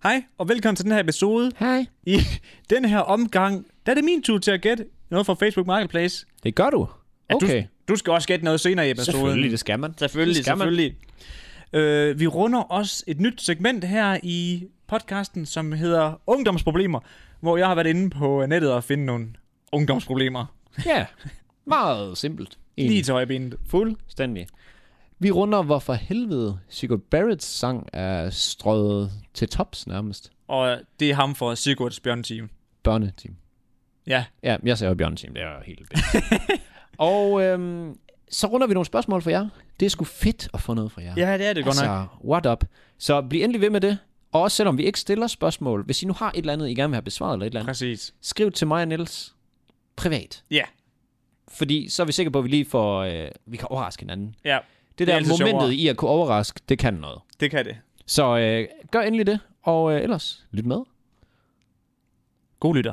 Hej, og velkommen til den her episode. Hej. I den her omgang, der er det min tur til at gætte noget fra Facebook Marketplace. Det gør du? Okay. Du skal også gætte noget senere i episoden. Selvfølgelig, det skal man. Selvfølgelig. Vi runder også et nyt segment her i podcasten, som hedder Ungdomsproblemer, hvor jeg har været inde på nettet og finde nogle ungdomsproblemer. Ja, meget simpelt. Lige til højbenet. Fuldstændig. Vi runder, hvorfor helvede Sigurd Barretts sang er strøget til tops nærmest. Og det er ham for Sigurds Bjørneteam. Børneteam. Ja. Ja, jeg sagde jo Bjørneteam, det er jo helt vildt. Og så runder vi nogle spørgsmål for jer. Det er sgu fedt at få noget fra jer. Ja, det er det godt nok. What up? Så bliv endelig ved med det. Og også selvom vi ikke stiller spørgsmål, hvis I nu har et eller andet, I gerne vil have besvaret eller et eller andet. Præcis. Skriv til mig og Niels privat. Ja. Fordi så er vi sikre på, at vi lige får, vi kan overraske hinanden. Ja. Det der momentet i at kunne overraske, det kan noget. Det kan det. Så gør endelig det, og ellers lyt med. God lytter.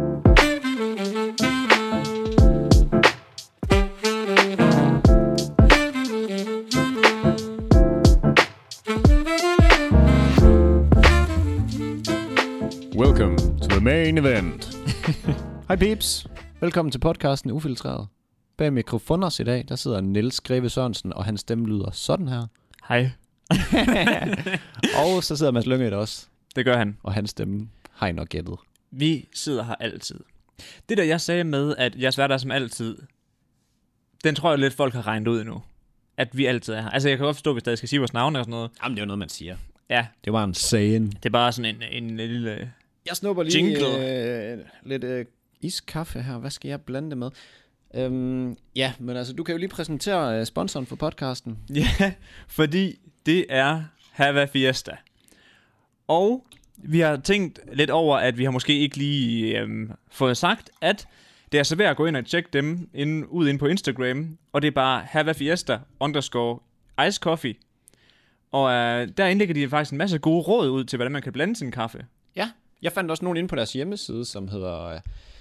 Welcome to the main event. Hej peeps. Velkommen til podcasten Ufiltreret. Bag mikrofoners i dag, der sidder Niels Greve Sørensen, og hans stemme lyder sådan her. Hej. Og så sidder Mads Lyngø der også. Det gør han. Og hans stemme har I nok gættet. Vi sidder her altid. Det der jeg sagde med, at jeg sværter som altid, den tror jeg lidt folk har regnet ud nu. At vi altid er her. Altså jeg kan godt forstå, hvis der skal sige vores navne og sådan noget. Jamen det er jo noget, man siger. Ja. Det var en saying. Det er bare sådan en lille Jeg snupper lige lidt iskaffe her. Hvad skal jeg blande det med? Ja, men altså, du kan jo lige præsentere sponsoren for podcasten. Ja, fordi det er Hava Fiesta. Og vi har tænkt lidt over, at vi har måske ikke lige fået sagt, at det er så værd at gå ind og tjekke dem ud på Instagram. Og det er bare Hava Fiesta _ice coffee. Og der indlægger de faktisk en masse gode råd ud til, hvordan man kan blande sin kaffe. Ja, jeg fandt også nogen inde på deres hjemmeside, som hedder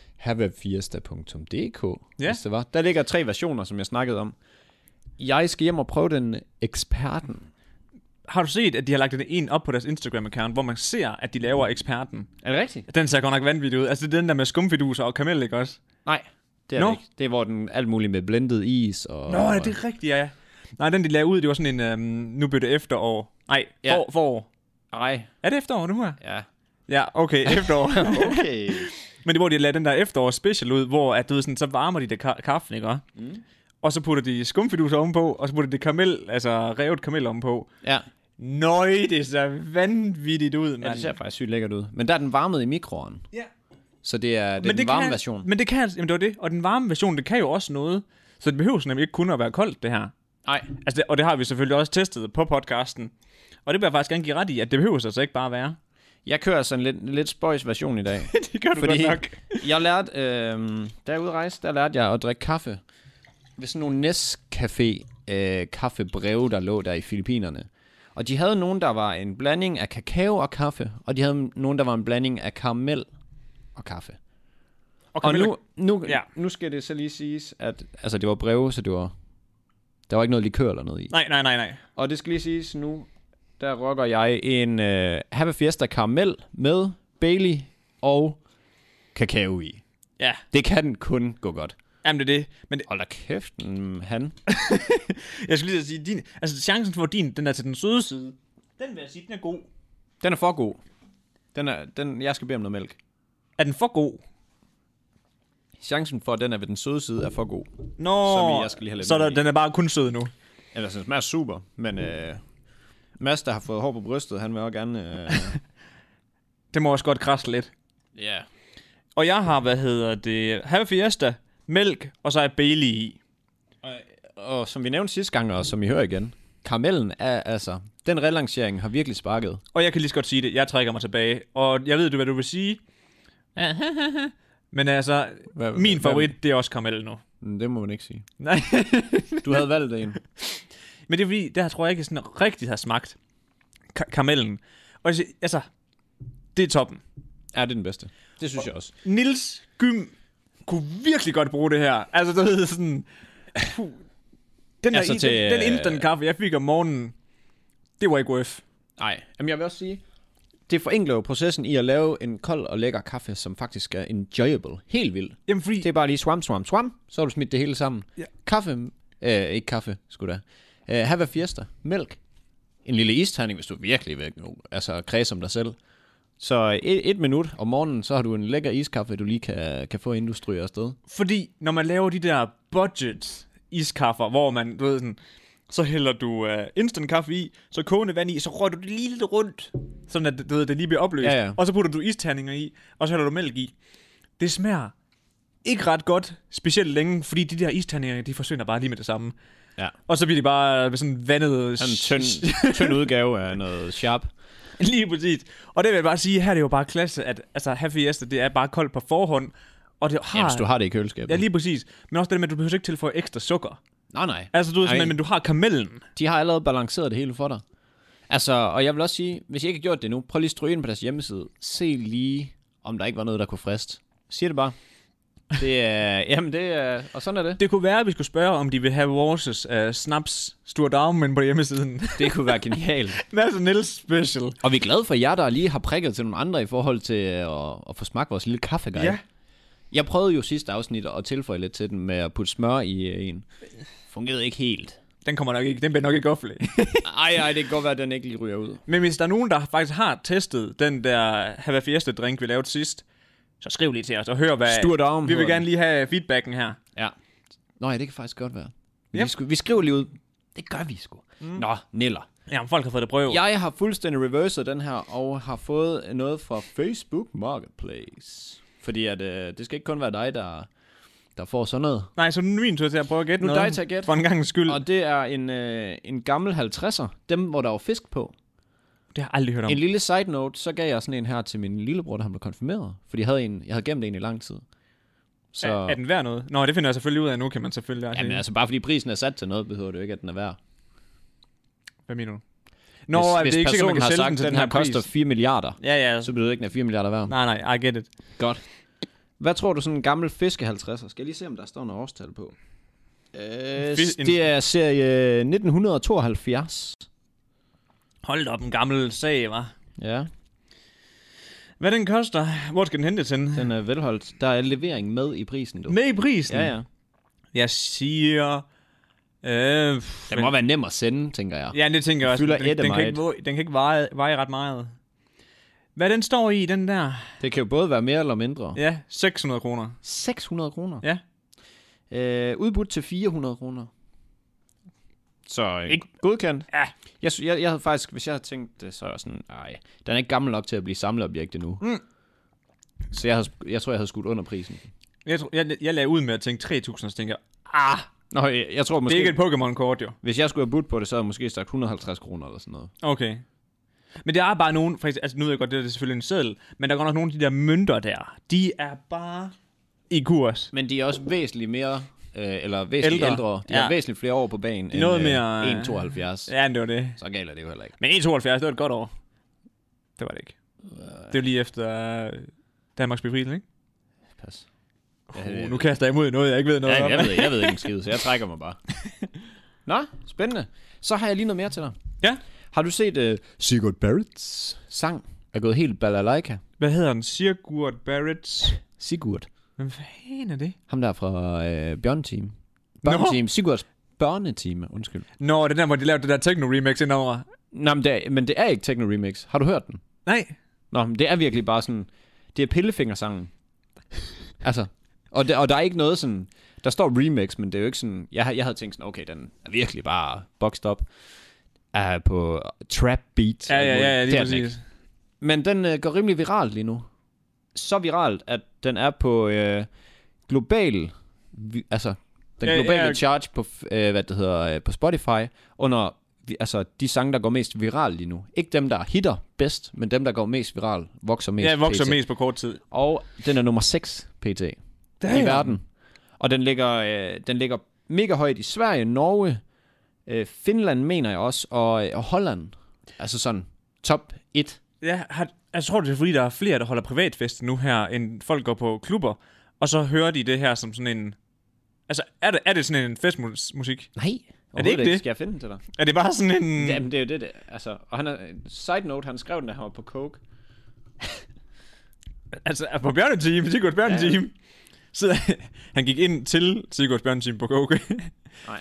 havafiesta.dk, ja. Hvis det var. Der ligger 3 versioner, som jeg snakkede om. Jeg skal hjem og prøve den eksperten. Har du set, at de har lagt en op på deres Instagram-account, hvor man ser, at de laver eksperten? Er det rigtigt? Den ser godt nok vanvittig ud. Altså det er den der med skumfiduser og kamel, ikke også? Nej, det er det ikke. Det er hvor den alt muligt med blendet is og... Nå, ja, det er rigtigt, ja. Nej, den de lavede ud, det var sådan en, nu blev det efterår. Nej, forår. Nej. Er det efterår nu her? Ja. Ja, okay, efterår. Okay. Men det hvor de lavede den der efterår special ud, hvor at, du ved, sådan, så varmer de det kaffen, ikke også? Mm. Og så putter de skumfiduser ovenpå, og så putter de kamel, altså revet kamel ovenpå. Ja. Nøj, det ser vanvittigt ud, mand. Ja, det ser faktisk sygt lækkert ud. Men der er den varmet i mikroen. Ja. Så det er den varme version. Men det kan, jamen det var det. Og den varme version, det kan jo også noget. Så det behøver nemlig ikke kun at være koldt, det her. Nej. Altså og det har vi selvfølgelig også testet på podcasten. Og det vil jeg faktisk gerne give ret i, at det behøver altså ikke bare være. Jeg kører sådan en lidt spøjs version i dag. Det gør du godt nok. Jeg lærte, da jeg ude at rejse, der lærte jeg at drikke kaffe ved sådan nogle Nescafé kaffebreve, der lå der i Filippinerne. Og de havde nogen, der var en blanding af kakao og kaffe, og de havde nogen, der var en blanding af karamel og kaffe. Og nu skal det så lige siges, at altså, det var breve, så det var... Der var ikke noget likør eller noget i. Nej. Og det skal lige siges nu, der rocker jeg en Hava Fiesta karamel med Bailey og kakao i. Ja. Det kan kun gå godt. Jamen det er det. Men hold da kæft, han. Jeg skulle lige sige, chancen for den er til den søde side. Den vil jeg sige, den er god. Den er for god. Jeg skal bede om noget mælk. Er den for god? Chancen for, at den er ved den søde side, er for god. Nå, jeg skal lige have lidt så den er bare kun sød nu. Eller den smager super, men Mads, der har fået hår på brystet, han vil også gerne... Det må også godt krasse lidt. Ja. Yeah. Og jeg har, Hava Fiesta, mælk, og så er Bailey i. Og som vi nævnte sidste gang, og som I hører igen, karamellen er altså... Den relancering har virkelig sparket. Og jeg kan lige så godt sige det. Jeg trækker mig tilbage. Og jeg ved, hvad du vil sige. Men altså, min favorit, det er også karamel nu. Det må man ikke sige. Nej. Du havde valgt en. Men det er fordi, der tror jeg ikke sådan rigtigt har smagt karamellen. Og altså, det er toppen. Ja, det er den bedste. Det synes jeg også. Niels Gym kunne virkelig godt bruge det her. Altså, du ved sådan... Den instant kaffe, jeg fik om morgenen, det var ikke worth. Nej, men jeg vil også sige, det forenkler jo processen i at lave en kold og lækker kaffe, som faktisk er enjoyable. Helt vildt. Jamen, fordi... Det er bare lige swam, så har du smidt det hele sammen. Ja. Kaffe, ikke kaffe, sgu da. Have Fiesta, mælk. En lille isterning, hvis du virkelig vil kredse om dig selv. Så et minut om morgenen, så har du en lækker iskaffe, du lige kan få, inden du stryger afsted. Fordi når man laver de der budget iskaffer, hvor man, du ved sådan, så hælder du instant kaffe i, så kogende vand i, så rører du det lige lidt rundt, sådan at du ved, det lige bliver opløst. Ja. Og så putter du isterninger i, og så hælder du mælk i. Det smager ikke ret godt, specielt længe, fordi de der isterninger, de forsvinder bare lige med det samme. Ja. Og så bliver de bare sådan vandet... En tynd udgave af noget sharp. Lige præcis. Og det vil jeg bare sige, her er det jo bare klasse, at altså, Have Fiesta, det er bare koldt på forhånd. Og det har... Ja, hvis du har det i køleskabet. Ja, lige præcis. Men også det med, at du behøver ikke tilføje ekstra sukker. Nej. Altså, du ved, men du har karamellen. De har allerede balanceret det hele for dig. Altså, og jeg vil også sige, hvis I ikke har gjort det nu, prøv lige at stryge ind på deres hjemmeside. Se lige, om der ikke var noget, der kunne friste. Siger det bare. Det er, jamen det er, og sådan er det. Det kunne være, at vi skulle spørge, om de vil have vores snaps Sturdamen på hjemmesiden. Det kunne være genialt. That's a Niels special. Og vi er glade for jer, der lige har prikket til nogle andre i forhold til at få smagt vores lille kaffeguide. Ja. Jeg prøvede jo sidste afsnit at tilføje lidt til den med at putte smør i en. Fungerede ikke helt. Den bliver nok ikke offentlig. Ej, det kan godt være, at den ikke lige ryger ud. Men hvis der er nogen, der faktisk har testet den der Have Fiesta drink, vi lavede sidst, så skriv lige til os og hør, hvad... Sturdamen. Vi vil gerne lige have feedbacken her. Ja. Nå ja, det kan faktisk godt være. Vi skriver lige ud. Det gør vi sgu. Nå, Niller. Jamen, folk har fået det prøve. Jeg har fuldstændig reverset den her, og har fået noget fra Facebook Marketplace. Fordi at, det skal ikke kun være dig, der får sådan noget. Nej, så nu er min tur til at prøve at gætte noget. Nu er dig til at gætte. For en gangs skyld. Og det er en gammel 50'er. Dem, hvor der var fisk på. Det har jeg aldrig hørt om. En lille side note, så gav jeg sådan en her til min lillebror, da han blev konfirmeret. Fordi jeg havde gemt en i lang tid. Så... Er den værd noget? Nå, det finder jeg selvfølgelig ud af nu, kan man selvfølgelig. Jamen altså, bare fordi prisen er sat til noget, betyder det jo ikke, at den er værd. Hvad mener du? Nå, hvis det er ikke sikkert, man kan har sælge sagt, den til den her koster 4 milliarder, ja. så betyder det ikke, at den er 4 milliarder værd. Nej, I get it. Godt. Hvad tror du, sådan en gammel fiske 50'er? Skal jeg lige se, om der står noget årstal på? Det er serie 1972. Hold op, en gammel sag, hva'? Ja. Hvad den koster? Hvor skal den hentes hen? Den er velholdt. Der er levering med i prisen, du. Med i prisen? Ja. Jeg siger... Den må være nem at sende, tænker jeg. Ja, det tænker jeg også. Den kan ikke veje ret meget. Hvad den står i, den der? Det kan jo både være mere eller mindre. Ja, 600 kroner. 600 kroner? Ja. Udbudt til 400 kroner. Så ikke godkendt. Ja. Jeg havde faktisk, hvis jeg havde tænkt det, så sådan, nej, den er ikke gammel nok til at blive samleobjekt endnu. Så jeg tror, jeg havde skudt under prisen. Jeg lagde ud med at tænke 3.000, så tænker Nå, jeg tror måske... Det er ikke et Pokémon-kort, jo. Hvis jeg skulle have budt på det, så havde jeg måske sagt 150 kroner eller sådan noget. Okay. Men der er bare nogen, faktisk, altså nu ved jeg godt, det er selvfølgelig en seddel, men der er godt nok nogle af de der mønter der, de er bare i kurs. Men de er også væsentligt mere, eller væsentligt ældre. De har væsentligt flere år på banen end noget mere 1,72. Ja, det var det. Så galt er det jo heller ikke. Men 1,72, det var et godt år. Det var det ikke. Det var lige efter Danmarks befrielse, ikke? Pas. Nu kaster jeg imod noget, jeg ikke ved noget om. Jeg ved ikke en skid, så jeg trækker mig bare. Nå, spændende. Så har jeg lige noget mere til dig. Ja. Har du set Sigurd Barretts sang? Er gået helt balalaika. Hvad hedder den? Sigurd Barretts? Sigurd. Hvem fanden er det? Ham der fra Bjørneteam. Børneteam. Sigurds børneteam, undskyld. Nå, det der, hvor de lavede det der techno-remix indover. Nå, men det er ikke techno-remix. Har du hørt den? Nej. Nå, men det er virkelig bare sådan... Det er pillefingersangen. Altså... Og der er ikke noget sådan... Der står remix, men det er jo ikke sådan... Jeg havde tænkt sådan, okay, den er virkelig bare boxed up på trap beats. Ja, lige præcis. Men den går rimelig viralt lige nu. Så viralt, at den er på global... Altså, den globale charge på, på Spotify, under de sange, der går mest viralt lige nu. Ikke dem, der hitter bedst, men dem, der går mest viralt, vokser mest. Ja, vokser mest på kort tid. Og den er nummer 6 pt. I verden. Og den ligger mega højt i Sverige, Norge, Finland mener jeg også, og Holland. Altså sådan top 1. Ja, jeg tror det er fordi, der er flere, der holder privatfest nu her, end folk går på klubber, og så hører de det her som sådan en... Altså, er det sådan en festmusik? Nej, er det ikke det? Skal jeg finde den til dig? Er det bare sådan en... Jamen, det er jo det. Altså, og han er, side note, han skrev den, da han var på coke. Altså, på Bjørneteam, Sigurds Bjørneteam. Ja. Så han gik ind til Sigurds Bjørneteam på coke. Nej.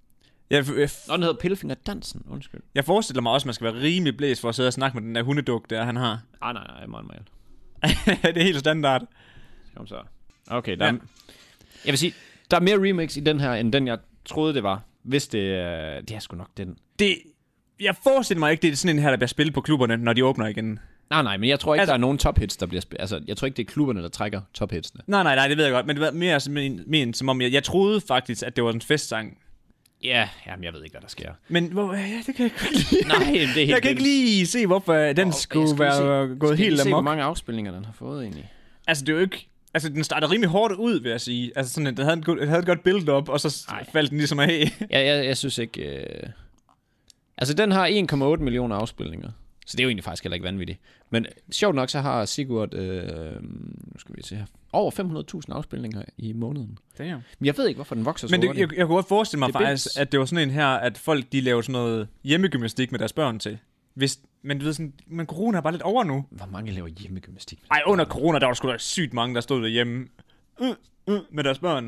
Den hedder Pillefingerdansen, undskyld. Jeg forestiller mig også, at man skal være rimelig blæst for at sidde og snakke med den der hundeduk, der han har. Nej, meget. Det er helt standard. Kom så. Okay, jeg vil sige, der er mere remix i den her, end den jeg troede det var. Hvis det er sgu nok den. Jeg forestiller mig ikke, det er sådan en her, der bliver spillet på klubberne, når de åbner igen. Nej, men jeg tror ikke, der er nogen tophits, der bliver spillet. Altså, jeg tror ikke, det er klubberne, der trækker tophitsene. Nej, det ved jeg godt. Men det var mere som om, jeg troede faktisk, at det var en festsang. Ja, jamen jeg ved ikke, hvad der sker. Men det kan jeg ikke lide. Nej, det er helt jeg kan ikke lige se, hvorfor den skulle være gået helt amok. Se, hvor mange afspilninger den har fået egentlig. Altså, det er jo ikke... Altså, den startede rimelig hårdt ud, vil jeg sige. Altså, sådan, den havde et godt build-up, og så faldt den ligesom af. Jeg synes ikke... Altså, den har 1,8 millioner afspilninger. Så det er jo egentlig faktisk heller ikke vanvittigt. Men sjovt nok, så har Sigurd... nu skal vi se her. Over 500.000 afspilninger i måneden. Damn. Men jeg ved ikke, hvorfor den vokser så hurtigt. Men jeg kunne godt forestille mig faktisk, at det var sådan en her, at folk de lavede sådan noget hjemmegymnastik med deres børn til. Men du ved sådan, men corona er bare lidt over nu. Hvor mange laver hjemmegymnastik? Ej, under corona, der var sgu da sygt mange, der stod derhjemme med deres børn.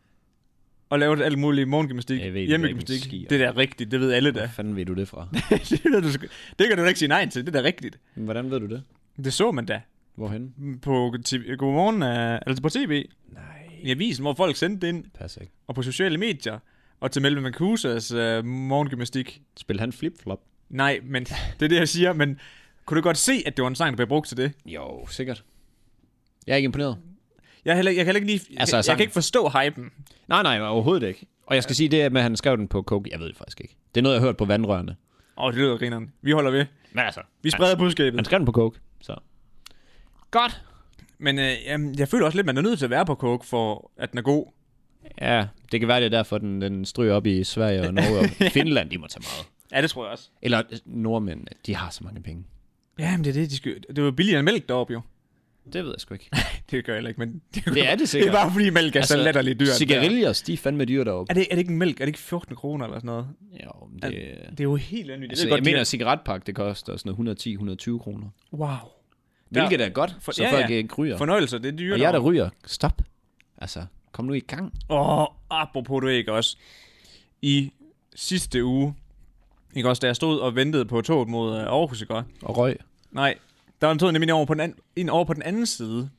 Og lavede alt muligt morgengymnastik, hjemmegymnastik. Det er da rigtigt, det ved alle da. Hvor fanden ved du det fra? det kan du da ikke sige nej til, det er da rigtigt. Hvordan ved du det? Det så man da. Hvorhen? På Godmorgen, altså på tv. Nej. I avisen, hvor folk sendte det ind. Passer ikke. Og på sociale medier. Og til Melvin Mancusos morgengymnastik. Spiller han flip-flop? Nej, men det er det, jeg siger. Men kunne du godt se, at det var en sang, der blev brugt til det? Jo, sikkert. Jeg er ikke imponeret. Jeg kan ikke lige... Altså, jeg kan ikke forstå hypen. Nej, overhovedet ikke. Og jeg skal sige det med, at han skrev den på coke. Jeg ved det faktisk ikke. Det er noget, jeg har hørt på vandrørene. Det lyder grineren. Vi holder ved. Men altså... Vi spreder budskabet. Han skrev den på coke, så... Godt. Men jeg føler også lidt, at man er nødt til at være på coke, for at den er god. Ja, det kan være, det er derfor, den stryger op i Sverige og Norge og Finland, de må tage meget. Ja, det tror jeg også. Eller nordmænd, de har så mange penge. Ja, men det er det, det var billigere end mælk deroppe jo. Det ved jeg sgu ikke. Det gør jeg heller ikke, men... Det er det sikkert. Det er bare fordi mælk er så latterligt dyrt. Cigarillos, de er fandme dyre deroppe. Er det ikke en mælk? Er det ikke 14 kroner eller sådan noget? Jo, men det... Det er jo helt vanvittigt. Altså, jeg mener, at cigaretpakke, det koster sådan 110-120 kroner. Wow. Hvilket er godt, så folk ikke ryger. Fornøjelser, det er dyrt. Og jeg der ryger, stop. Altså, kom nu i gang. Apropos du ikke også. I sidste uge, ikke også, da jeg stod og ventede på toget mod Aarhus, ikke også? Og røg. Nej, der var en tog nemlig over på den anden side.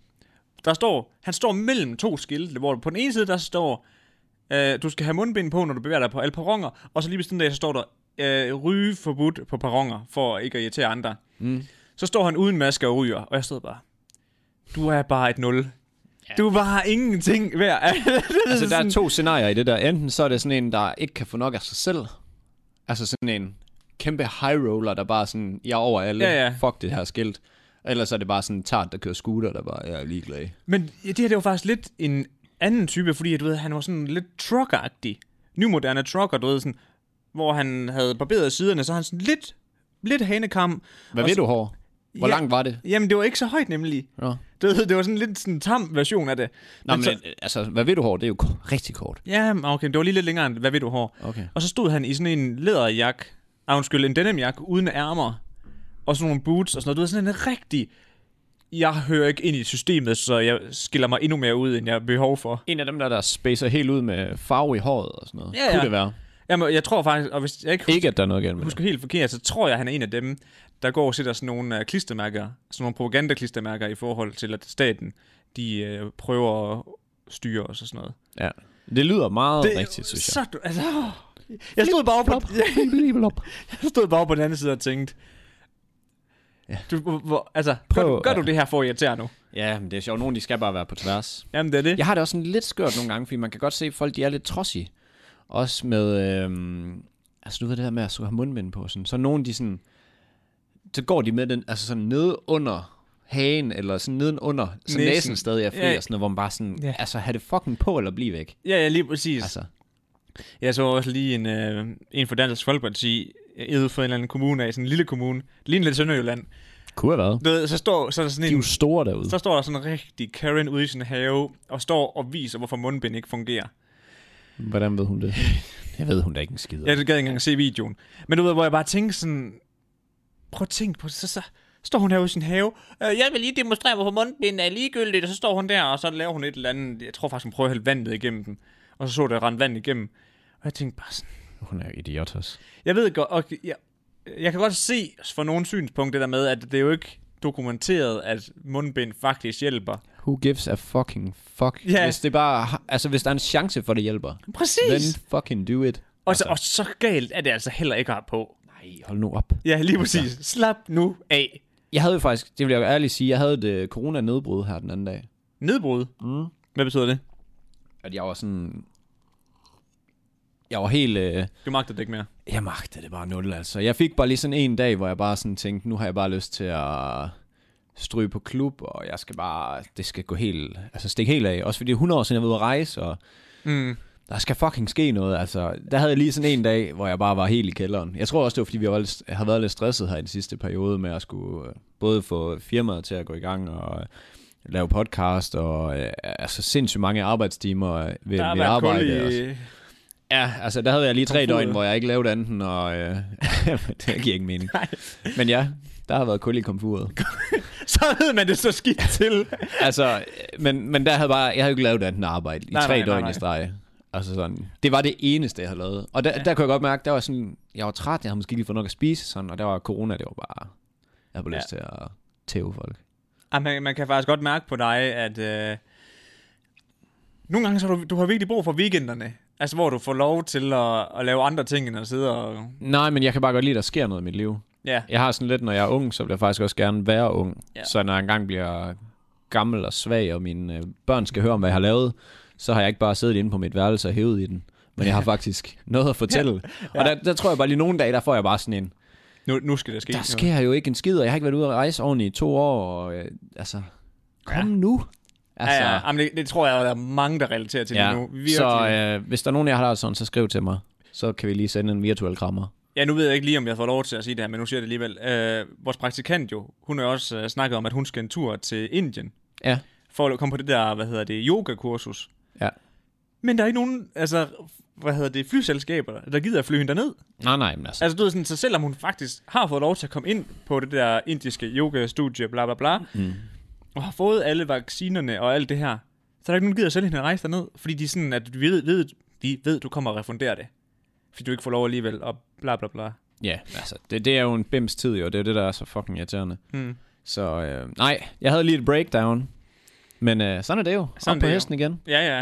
Han står mellem to skilte, hvor på den ene side, der står, du skal have mundbind på, når du bevæger dig på alle perroner, og så lige ved sådan der, så står der, ryge forbudt på perroner, for ikke at irritere andre. Så står han uden maske og ryger, og jeg stod bare, du er bare et 0. Ja. Du var ingenting værd. Altså, der er to scenarier i det der. Enten så er det sådan en, der ikke kan få nok af sig selv. Altså sådan en kæmpe high roller, der bare sådan, jeg er over alle. Ja. Fuck det her skilt. Ellers er det bare sådan en tart, der kører scooter, der bare, jeg er ligeglad. Men det her, det var faktisk lidt en anden type, fordi du ved, han var sådan lidt trucker-agtig. Nymoderne trucker, du ved, sådan, hvor han havde barberet siderne, så han sådan lidt hanekam. Hvad ved du, hår? Hvor langt var det? Jamen, det var ikke så højt nemlig. Ja. Det var sådan lidt sådan en tam version af det. Nå, men altså, hvad ved du, hår? Det er jo rigtig kort. Ja, okay, det var lige lidt længere end, hvad ved du, hår? Okay. Og så stod han i sådan en læderjakke, en denimjakke uden ærmer, og sådan nogle boots og sådan noget. Du ved, sådan en rigtig... Jeg hører ikke ind i systemet, så jeg skiller mig endnu mere ud, end jeg har behov for. En af dem der spacer helt ud med farve i håret og sådan noget. Ja. Kunne det være? Jamen, jeg tror faktisk, og hvis jeg ikke at der er noget galt med husker helt forkert, så tror jeg, han er en af dem, der går og sætter sådan nogle klistermærker, sådan nogle propagandaklistermærker i forhold til, at staten, de prøver at styre os og sådan noget. Ja, det lyder meget rigtigt, synes jeg. Jeg stod bare på den anden side og tænkte, ja. Gør du det her for at irritere nu? Ja, men det er sjovt. Nogen, de skal bare være på tværs. Jamen, det er det. Jeg har det også sådan lidt skørt nogle gange, fordi man kan godt se, at folk, de er lidt trodsige. Også med, altså du ved det der med at have mundbind på, sådan. Så nogen, de sådan, så går de med den, altså sådan nede under hagen, eller sådan neden under, så næsen stadig er fri, og sådan noget, hvor man bare sådan, altså have det fucking på, eller blive væk. Ja, lige præcis. Altså. Jeg så også lige en for Dansk Folkeparti, ude for en eller anden kommune af, sådan en lille kommune, lige lidt Sønderjylland. Kunne have været. Så er der sådan en... De er jo store derude. Så står der sådan en rigtig Karen ude i sin have, og står og viser, hvorfor mundbind ikke fungerer. Hvordan ved hun det? Jeg ved hun da ikke en skid. Jeg gad ikke engang se videoen. Men du ved, hvor jeg bare tænker sådan... Prøv at tænke på det. står hun her i sin have. Jeg vil lige demonstrere, hvorfor mundbind er ligegyldigt. Og så står hun der, og så laver hun et eller andet. Jeg tror faktisk, hun prøver at hælde vandet igennem dem. Og så det rende vand igennem. Og jeg tænkte bare sådan... Hun er jo idiot også. Jeg ved godt, og jeg kan godt se for nogle synspunkt det der med, at det er jo ikke dokumenteret, at mundbind faktisk hjælper. Who gives a fucking fuck? Ja. Hvis det bare... Altså, hvis der er en chance for, det hjælper. Præcis. Then fucking do it. Og så galt er det altså heller ikke at på. Nej, hold nu op. Ja, lige præcis. Ja. Slap nu af. Jeg havde jo faktisk, det vil jeg jo ærligt sige, jeg havde et corona-nedbrud her den anden dag. Nedbrud? Hvad betyder det? At jeg var sådan... Jeg var helt... Du magtede det ikke mere? Jeg magtede det bare nul, altså. Jeg fik bare lige sådan en dag, hvor jeg bare sådan tænkte, nu har jeg bare lyst til at stryge på klub, og jeg skal bare... Det skal gå helt... Altså stikke helt af. Også fordi det er 100 år siden, jeg var ude at rejse, og... Der skal fucking ske noget, altså. Der havde jeg lige sådan en dag, hvor jeg bare var helt i kælderen. Jeg tror også, det var, fordi vi har været lidt stresset her i den sidste periode, med at skulle både få firmaet til at gå i gang, og lave podcast, og altså sindssygt mange arbejdstimer ved arbejde. Ja, altså der havde jeg lige 3 døgn, hvor jeg ikke lavede andet, og det giver ikke mening. Nej. Men ja, der har været kul i komfuret. Så ved man det så skidt til. Altså, men der havde jeg havde jo ikke lavet andet arbejde i 3 døgn i streg. Altså sådan, det var det eneste, jeg havde lavet. Og der kunne jeg godt mærke, der var sådan, jeg var træt, jeg havde måske lige fået nok at spise, sådan, og der var corona, det var bare, jeg havde lyst til at tæve folk. Ja, man kan faktisk godt mærke på dig, at nogle gange så du har virkelig brug for weekenderne. Altså, hvor du får lov til at lave andre ting, end at sidde og... Nej, men jeg kan bare godt lide, at der sker noget i mit liv. Ja. Jeg har sådan lidt, når jeg er ung, så vil jeg faktisk også gerne være ung. Ja. Så når jeg engang bliver gammel og svag, og mine børn skal høre om, hvad jeg har lavet, så har jeg ikke bare siddet inde på mit værelse og hævet i den. Men jeg har faktisk noget at fortælle. Ja. Og der tror jeg bare lige nogle dage, der får jeg bare sådan en... Nu skal der ske noget. Der sker jo ikke en skid, og jeg har ikke været ude at rejse ordentligt i 2 år, og altså... Kom nu! Altså, ja. Men det tror jeg, der er mange, der relaterer til det nu. Så hvis der er nogen, jeg har der sådan, så skriv til mig. Så kan vi lige sende en virtuel krammer. Ja, nu ved jeg ikke lige, om jeg får lov til at sige det her, men nu siger jeg det alligevel. Vores praktikant jo, hun har jo også snakket om, at hun skal en tur til Indien. Ja. For at komme på det der, yogakursus. Ja. Men der er ikke nogen, flyselskaber, der gider at flyve hende derned. Nej, men altså. Altså, du ved sådan, så selvom hun faktisk har fået lov til at komme ind på det der indiske yoga-studie, bla bla bla, og har fået alle vaccinerne og alt det her, så er der ikke nogen, der gider at sælge hende at rejse derned, fordi de sådan, at de ved, du kommer og refundere det. Fordi du ikke får lov alligevel, og bla bla bla. Ja, altså, det er jo en bims tid, jo. Det er det, der er så fucking irriterende. Så, nej, jeg havde lige et breakdown. Men sådan er det jo. Sådan op på hesten igen. Ja.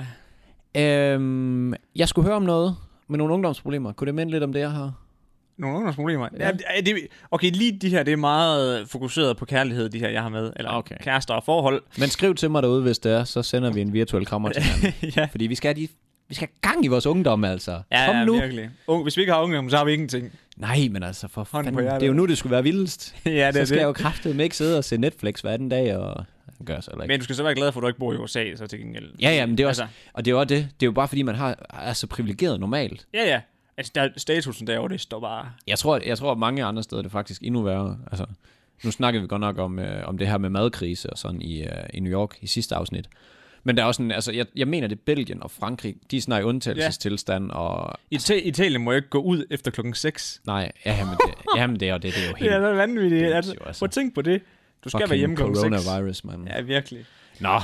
Jeg skulle høre om noget med nogle ungdomsproblemer. Kunne det minde lidt om det, jeg har? Nogle ungdomsproblemer? Ja. Okay, lige de her, det er meget fokuseret på kærlighed, de her, jeg har med. Eller kærester og forhold. Men skriv til mig derude, hvis det er, så sender vi en virtuel krammer til hinanden. Ja. Fordi vi skal have gang i vores ungdom, altså. Ja, kom nu. Virkelig. Hvis vi ikke har ungdom, så har vi ingenting. Nej, men altså, for fanden, det er jo nu, det skulle være vildest. Ja, så skal jeg jo kraftedeme ikke sidde og se Netflix hver anden dag og... Gør så, men du skal så være glad for, at du ikke bor i USA, så til gengæld. Ja, men det er også, og det er jo det. Det er jo bare fordi, man er så privilegeret normalt. Ja. Altså, statusen derovre, det står bare... Jeg tror, at mange andre steder, det er faktisk endnu værre. Altså, nu snakkede vi godt nok om det her med madkrise og sådan i New York i sidste afsnit. Men der er også sådan, altså, jeg mener, det er Belgien og Frankrig, de er sådan i undtagelsestilstand, og... Italien må jo ikke gå ud efter 6:00. Nej, jamen det er jo helt... Ja, det er vanvittigt. Altså, prøv at tænke på det. Du skal være hjemme kl. 6. Coronavirus, man. Ja, virkelig. Nå.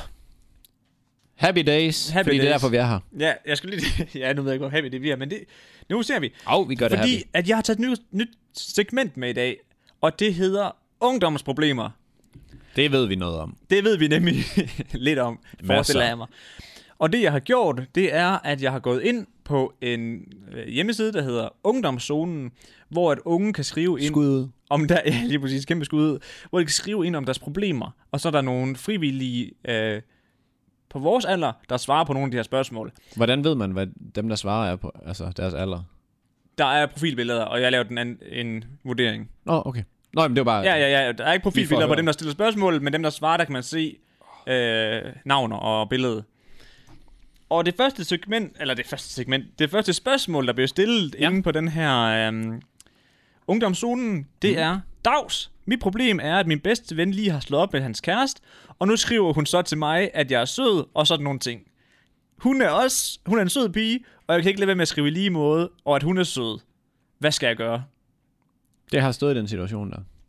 Happy days, fordi det er derfor, vi er her. Ja, jeg skulle lige... Ja, nu ved jeg ikke, hvor happy det bliver, men nu ser vi. Vi gør det fordi, at jeg har taget et nyt segment med i dag, og det hedder ungdomsproblemer. Det ved vi noget om. Det ved vi nemlig lidt om, forestiller jeg mig. Og det, jeg har gjort, det er, at jeg har gået ind på en hjemmeside, der hedder Ungdomszonen, hvor at unge kan skrive ind... Skud. Om der, ja, lige præcis, kæmpe skud. Hvor de kan skrive ind om deres problemer. Og så er der nogle frivillige på vores alder, der svarer på nogle af de her spørgsmål. Hvordan ved man, hvad dem, der svarer er på, altså deres alder? Der er profilbilleder, og jeg laver en vurdering. Okay. Nå, men det var bare... Ja. Der er ikke profilbilleder på dem, der stiller spørgsmål, men dem, der svarer, der kan man se navner og billede. Og det første spørgsmål, der blev stillet inde på den her ungdomszonen, det er: Dags, mit problem er, at min bedste ven lige har slået op med hans kæreste, og nu skriver hun så til mig, at jeg er sød, og sådan nogle ting. Hun er en sød pige, og jeg kan ikke lade være med at skrive i lige måde, og at hun er sød. Hvad skal jeg gøre? Det har stået i den situation der.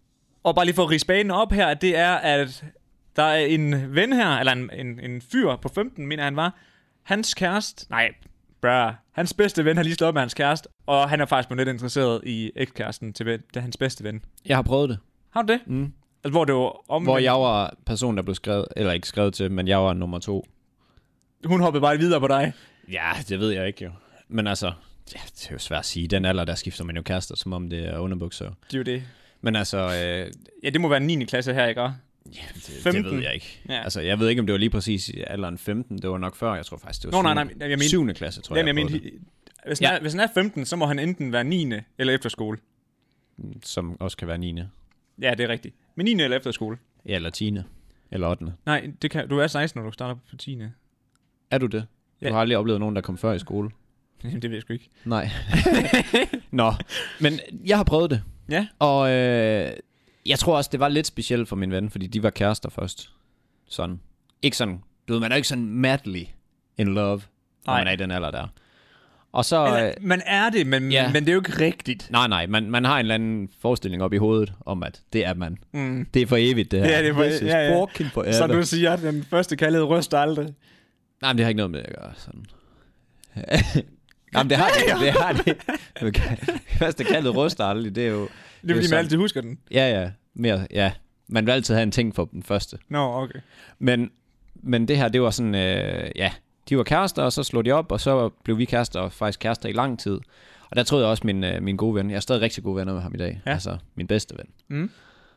Og bare lige for at ridse banen op her, det er, at der er en ven her, eller en fyr på 15, mener han var. Hans kæreste, hans bedste ven har lige slået op med hans kæreste, og han er faktisk blevet lidt interesseret i ekskæresten til hans bedste ven. Jeg har prøvet det. Har du det? Mm. Altså, hvor det var omvendt. Hvor jeg var personen, der blev skrevet, eller ikke skrevet til, men jeg var nummer 2. Hun hoppede bare videre på dig. Ja, det ved jeg ikke jo. Men altså, ja, det er jo svært at sige. Den alder, der skifter man jo kærester, som om det er underbukser. Det er jo det. Men altså... ja, det må være 9. klasse her, ikke? Ja, det ved jeg ikke. Ja. Altså, jeg ved ikke, om det var lige præcis i alderen 15. Det var nok før. Jeg tror faktisk, det var jeg mener, 7. klasse, tror jeg. Hvis han er 15, så må han enten være 9. eller efterskole. Som også kan være 9. Ja, det er rigtigt. Men 9. eller efterskole. Ja, eller 10. Eller 8. Nej, du er 16, når du starter på 10. Er du det? Du har aldrig oplevet nogen, der kom før i skole? Det ved jeg sgu ikke. Nej. Nå, men jeg har prøvet det. Ja. Og jeg tror også, det var lidt specielt for min ven, fordi de var kærester først. Sådan. Ikke sådan, du ved, man er ikke sådan madly in love, når man er i den alder der. Og så... man er det, men det er jo ikke rigtigt. Nej, man har en eller anden forestilling op i hovedet om, at det er man. Mm. Det er for evigt, det her. Ja, det er for evigt. Så du siger, at den første kærlighed ryster aldrig. Nej, men det har ikke noget med det at gøre. Sådan. Jamen, det har det. Okay. Første kærlighed ryster aldrig, det er jo... Det er fordi, man altid husker den. Ja. Mere, ja. Man vil altid have en ting for den første. Okay. Men det her, det var sådan, de var kærester, og så slog de op, og så blev vi kærester, og faktisk kærester i lang tid. Og der troede jeg også min gode ven. Jeg er stadig rigtig gode venner med ham i dag. Ja. Altså, min bedste ven. Mm.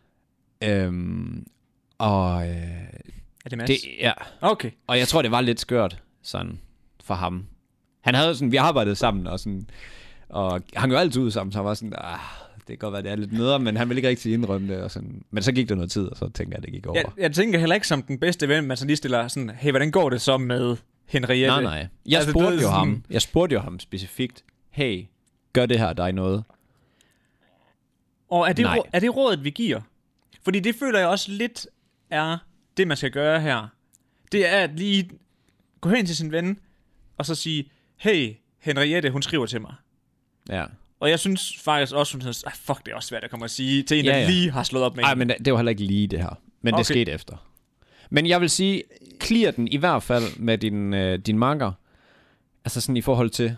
Er det Mads? Ja. Okay. Og jeg tror, det var lidt skørt, sådan, for ham. Han havde sådan, vi arbejdede sammen, og hang jo altid ud sammen, så han var sådan, det kan godt være, det er lidt nedre, men han ville ikke rigtig indrømme det. Og sådan. Men så gik der noget tid, og så tænker jeg, det gik over. Jeg tænker heller ikke som den bedste ven, man så lige stiller sådan, hey, hvordan går det så med Henriette? Nej. Jeg spurgte jo ham specifikt, hey, gør det her dig noget? Og er det rådet, vi giver? Fordi det føler jeg også lidt er det, man skal gøre her. Det er at lige gå hen til sin ven, og så sige, hey, Henriette, hun skriver til mig. Ja. Og jeg synes faktisk også, hun synes, fuck, det er også svært at komme og sige til en, der lige har slået op med. Nej, men det var heller ikke lige det her. Men det skete efter. Men jeg vil sige, clear den i hvert fald med din makker. Altså sådan i forhold til,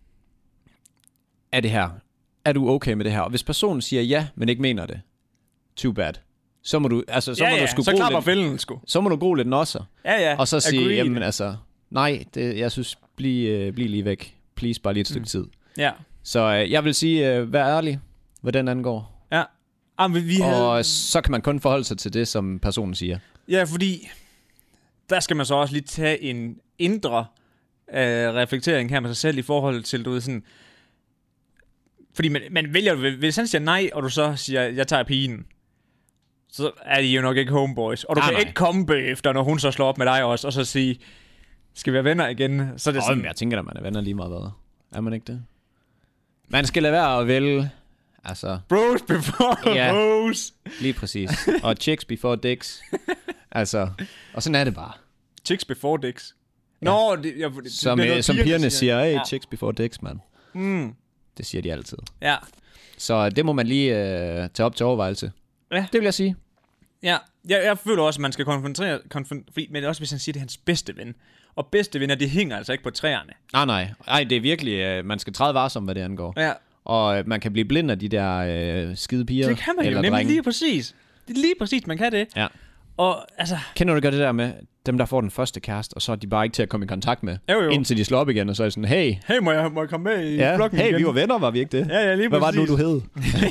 er du okay med det her? Og hvis personen siger ja, men ikke mener det, too bad. Så må du, altså, så klapper fælden, sgu. Så må du gro lidt nosser. Ja. Og så sige, jamen altså, nej, jeg synes, bliv lige væk. Please, bare lige et stykke tid. Ja. Så jeg vil sige, vær ærlig, hvad den angår. Ja. Og så kan man kun forholde sig til det, som personen siger. Ja, fordi der skal man så også lige tage en indre reflektering her med sig selv i forhold til, du ved, sådan... Fordi man vælger, hvis han siger nej, og du så siger, jeg tager pigen, så er de jo nok ikke homeboys. Og du kan ikke komme bagefter, når hun så slår op med dig også, og så sige, skal vi være venner igen? Så er det sådan... Jeg tænker, at man er venner lige meget hvad. Er man ikke det? Man skal lade være at vælge, altså... Bros before bros. Lige præcis. Og chicks before dicks. Altså, og sådan er det bare. Chicks before dicks. Nå, som pigerne siger, hey, chicks before dicks, man. Mm. Det siger de altid. Ja. Så det må man lige tage op til overvejelse. Ja. Det vil jeg sige. Ja, jeg føler også, at man skal konfrontere, men også hvis han siger, det er hans bedste ven. Og bedste venner, de hænger altså ikke på træerne. Nej, det er virkelig, man skal træde varsom, hvad det angår. Ja. Og man kan blive blind af de der skide piger. Det kan man jo nemlig lige præcis. Det er lige præcis, man kan det. Ja. Og altså... Kender du godt det der med dem, der får den første kæreste, og så er de bare ikke til at komme i kontakt med, jo. Indtil de slår op igen, og så er det sådan, hey, må jeg komme med i flokken igen? Vi var venner, var vi ikke det? Ja, lige præcis. Hvad var det nu, du hed?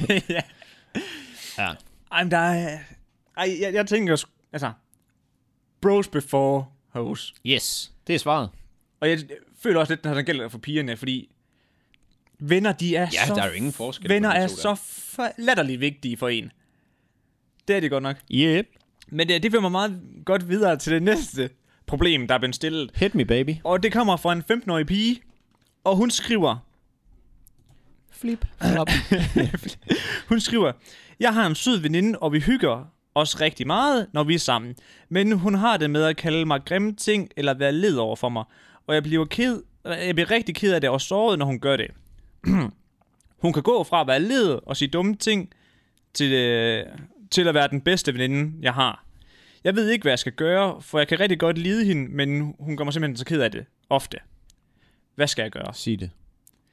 Ja. Ej, men der er... jeg tænker, altså... Bros before hoes. Yes, det er svaret. Og jeg føler også lidt, at den gælder for pigerne, fordi... Venner, de er så... der er jo ingen forskel. Venner er så latterligt vigtige for en. Det er det godt nok. Yep. Men det fører mig meget godt videre til det næste problem, der er blevet stillet. Hit me, baby. Og det kommer fra en 15-årig pige, og hun skriver... Flip. Hun skriver, jeg har en sød veninde, og vi hygger os rigtig meget, når vi er sammen. Men hun har det med at kalde mig grimme ting, eller være led over for mig. Og jeg bliver rigtig ked af det, og såret, når hun gør det. Hun kan gå fra at være led og sige dumme ting, til til at være den bedste veninde, jeg har. Jeg ved ikke, hvad jeg skal gøre, for jeg kan rigtig godt lide hende, men hun gør mig simpelthen så ked af det. Ofte. Hvad skal jeg gøre? Sig det.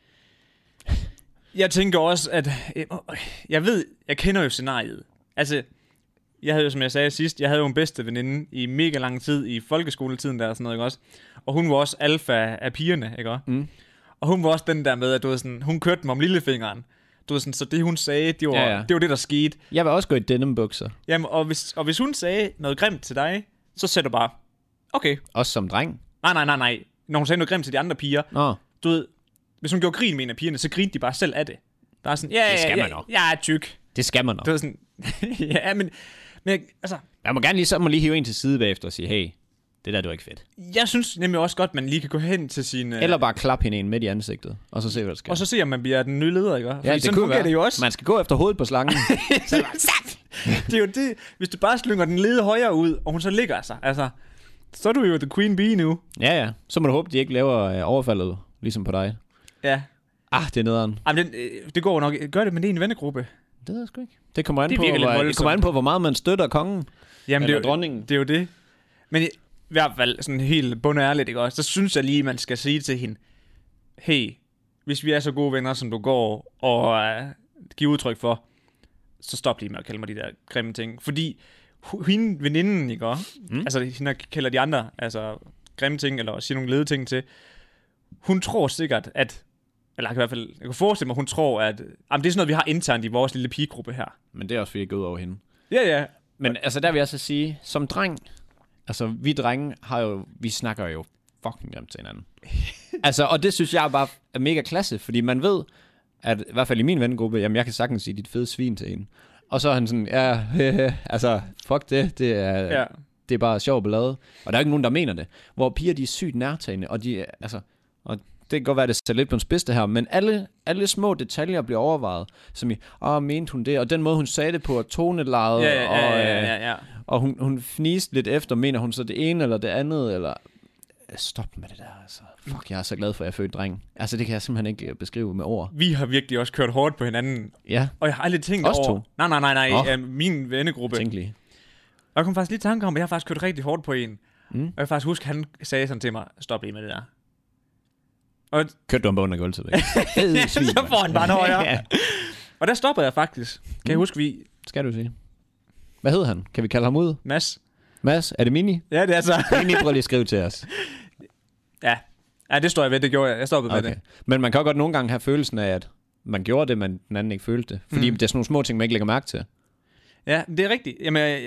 Jeg tænker også, at... Jeg kender jo scenariet. Altså, jeg havde jo, som jeg sagde sidst, jeg havde jo en bedste veninde i mega lang tid, i folkeskoletiden der og sådan noget, ikke også? Og hun var også alfa af pigerne, ikke også? Mm. Og hun var også den der med, at du ved sådan, hun kørte mig om lillefingeren. Du ved sådan, så det hun sagde, det var det, der skete. Jeg vil også gå i denim-bukser. Jamen, og hvis hun sagde noget grimt til dig, så sagde du bare, okay. Også som dreng? Nej. Når hun sagde noget grimt til de andre piger, Nå. du ved, hvis hun gjorde grin med en af pigerne, så grinte de bare selv af det. Der er sådan, det skal man nok. Jeg er tyk. Det skal man nok. Det var sådan, ja, men altså... Jeg må gerne lige hive en til side bagefter og sige, hey, det der, det var ikke fedt. Jeg synes nemlig også godt, man lige kan gå hen til sin... Eller bare klappe hende ind midt i ansigtet, og så se, hvad der sker. Og så se, om man bliver den nye leder, ikke? Fordi ja, det kunne være. Det jo også. Man skal gå efter hovedet på slangen. Det er jo det. Hvis du bare slynger den lede højere ud, og hun så ligger sig, altså... Så er du jo the queen bee nu. Ja. Så må du håbe, de ikke laver overfaldet, ligesom på dig. Ja. Det er nederen. Jamen, det går nok. Gør det med din vennegruppe. Det ved jeg sgu ikke. Det kommer an på, hvor meget man støtter kongen. Jamen, eller dronningen. Det er jo det. Men i hvert fald sådan helt bundærligt, ikke også? Så synes jeg lige, man skal sige til hende, hey, hvis vi er så gode venner, som du går og giver udtryk for, så stop lige med at kalde mig de der grimme ting. Fordi hende veninden, ikke også? Altså, hende kalder de andre, altså grimme ting, eller siger nogle lede ting til. Hun tror sikkert, at eller jeg kan forestille mig, hun tror, at det er sådan noget, vi har internt i vores lille pigegruppe her. Men det er også, fordi jeg går ud over hende. Ja. Men altså, der vil jeg så sige, som dreng, altså vi drenge vi snakker jo fucking grimt til hinanden. Altså, og det synes jeg bare er mega klasse, fordi man ved, at i hvert fald i min vennegruppe, jamen jeg kan sagtens sige dit fede svin til en. Og så er han sådan, altså, fuck det er bare sjov ballade. Og der er ikke nogen, der mener det. Hvor piger, de er sygt nærtagende, og de, altså, og det kan godt være, det ser lidt på en spidste her, men alle små detaljer bliver overvejet, som i, mente hun det, og den måde, hun sagde det på, tonelejet, og hun fniste lidt efter, mener hun så det ene eller det andet, eller stop med det der, altså. Fuck, jeg er så glad for, at jeg er født dreng. Altså, det kan jeg simpelthen ikke beskrive med ord. Vi har virkelig også kørt hårdt på hinanden. Ja. Og jeg har aldrig tænkt over... Nej. Min vennegruppe. Tænk lige. Og jeg kom faktisk lige tanke om, at jeg har faktisk kørt rigtig hårdt på en. Og jeg kan faktisk huske, at han sagde sådan til mig, stop lige med det der. Og kørte du ham på under gulvet? Så får han bare en højere. Ja. Og der stoppede jeg faktisk. Kan jeg huske, vi... Skal du sige. Hvad hed han? Kan vi kalde ham ud? Mads, er det Mini? Ja, det er så. Mini, prøv lige at skrive til os. Ja, det står jeg ved, det gjorde jeg. Jeg stoppede med det. Men man kan godt nogle gange have følelsen af, at man gjorde det, men den anden ikke følte det. Fordi det er sådan nogle små ting, man ikke lægger mærke til. Ja, det er rigtigt. Jamen,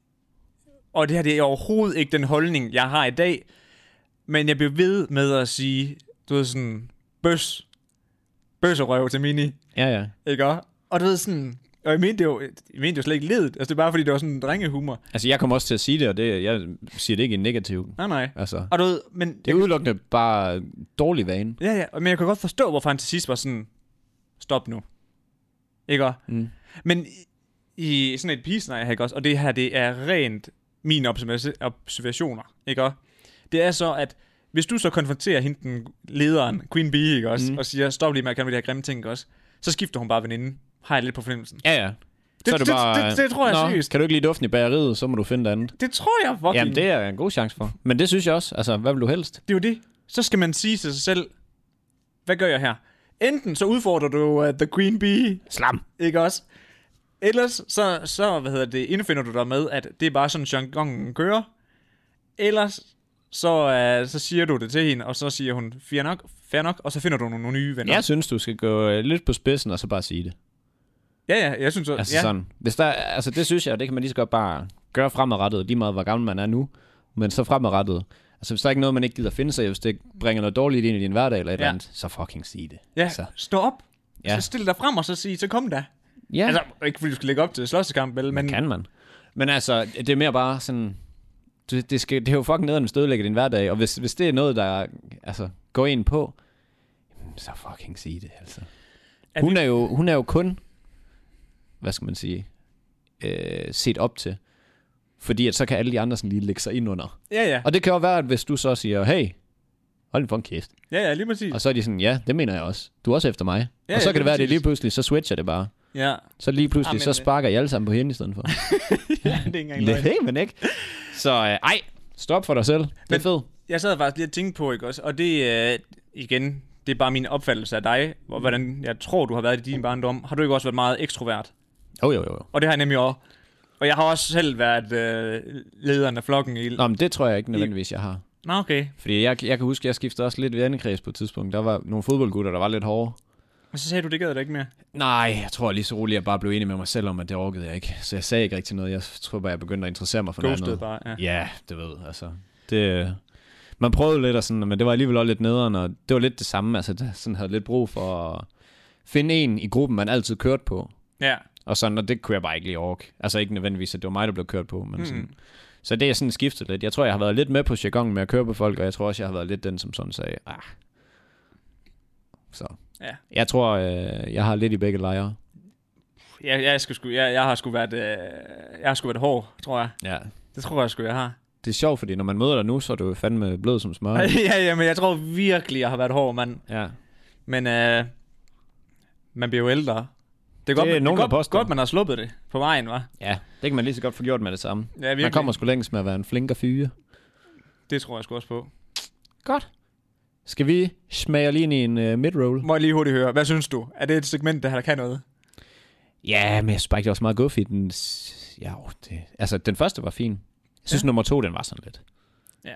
og det her, det er overhovedet ikke den holdning, jeg har i dag. Men jeg bliver ved med at sige, du ved sådan, bøs og røv til Mini. Ja. Ikke også? Og du ved sådan... Og jeg mente jo slet ikke ledet. Altså, det er bare, fordi det var sådan en drengehumor. Altså, jeg kommer også til at sige det, og jeg siger det ikke i negativ. Nej. Altså, og du ved, men... Det er udelukkende bare dårlig vane. Ja, men jeg kan godt forstå, hvorfor han til sidst var sådan... Stop nu. Ikke også? Men i sådan et pigescenarie, ikke også? Og det her, det er rent mine observationer, ikke også? Det er så, at hvis du så konfronterer hende, den lederen, Queen Bee, ikke også? Og siger, stop lige med at kalde mig de her grimme ting, ikke også? Så skifter hun bare veninde. Har jeg lidt på fornemmelsen. Ja. Så er det bare... Det tror jeg seriøst. Kan du ikke lide duften i bageriet, så må du finde det andet. Det tror jeg fucking. Jamen, det er en god chance for. Men det synes jeg også. Altså, hvad vil du helst? Det er jo det. Så skal man sige til sig selv, hvad gør jeg her? Enten så udfordrer du the Queen Bee. Slam. Ikke også? Ellers så indfinder du dig med, at det er bare sådan, jargonen kører. Ellers så siger du det til hende, og så siger hun, fair nok, og så finder du nogle nye venner. Jeg synes, du skal gå lidt på spidsen, og så bare sige det. Ja, jeg synes også. Altså sådan. Hvis der, altså det synes jeg, det kan man lige så godt bare gøre fremadrettet, lige meget hvor gammel man er nu, men så fremadrettet. Altså hvis der er ikke noget, man ikke gider finde sig, hvis det bringer noget dårligt ind i din hverdag eller et eller andet, så fucking sige det. Ja, altså. Stå op. Så stil dig frem og så sige, så kom da. Ja. Altså ikke fordi du skal lægge op til slåssekamp, men... Kan man. Men altså, det er mere bare sådan... Det er jo fucking nederen, hvis du ødelægger din hverdag, og hvis det er noget, der altså, går ind på, så fucking sige det, altså. Hun er jo kun, hvad skal man sige, set op til, fordi at så kan alle de andre sådan lige lægge sig ind under. Ja. Og det kan jo være, at hvis du så siger, hey, hold en fucking kæft. Ja, lige præcis. Og så er de sådan, ja, det mener jeg også. Du er også efter mig. Og så kan det være, at det lige pludselig, så switcher det bare. Ja. Så lige pludselig, så sparker I alle sammen på hende i stedet for. Ja, det er ikke engang løgn. Nej, men ikke. Så stop for dig selv. Det er fedt. Jeg sad faktisk lige og tænkte på, ikke også? Og det igen, det er bare min opfattelse af dig, hvordan jeg tror, du har været i din barndom. Har du ikke også været meget ekstrovert? Jo. Og det har jeg nemlig også. Og jeg har også selv været lederen af flokken i... Nå, men det tror jeg ikke nødvendigvis, jeg har. Nå, okay. Fordi jeg kan huske, jeg skiftede også lidt vennekreds på et tidspunkt. Der var nogle fodboldgutter, der var lidt hårde. Og så sagde du, det gad det ikke mere? Nej, jeg tror lige så roligt, jeg bare blev enig med mig selv om, at det orkede jeg ikke. Så jeg sagde ikke rigtig noget. Jeg tror bare, jeg begyndte at interessere mig for noget andet. Bare, ja. Ja, det ved altså. Det... Man prøvede lidt og sådan, men det var alligevel også lidt nederen, og det var lidt det samme. Altså, det sådan havde lidt brug for at finde en i gruppen, man altid kørte på. Ja. Og sådan, og det kunne jeg bare ikke lige orke. Altså ikke nødvendigvis, at det var mig, der blev kørt på, men sådan. Så det er sådan skiftet lidt. Jeg tror, jeg har været lidt med på jargonen med at køre på folk, og jeg tror også, jeg har været lidt den, som sådan sagde, Så. Ja. Jeg tror, jeg har lidt i begge lejre. Jeg har sgu været hård, tror jeg. Ja. Det tror jeg sgu, jeg har. Det er sjovt, fordi når man møder dig nu, så er du fandme blød som smør. ja, men jeg tror virkelig, jeg har været hård, mand. Ja. Men man bliver jo ældre. Det er godt, man har sluppet det på vejen, hva'? Ja, det kan man lige så godt få gjort med det samme. Ja, man kommer sgu længst med at være en flinker fyre. Det tror jeg sgu også på. Godt. Skal vi smage lige ind i en mid-roll? Må jeg lige hurtigt høre. Hvad synes du? Er det et segment, der kan noget? Ja, men jeg synes bare ikke, det var så meget guf i den. Ja, altså, den første var fin. Jeg synes, nummer 2, den var sådan lidt. Ja.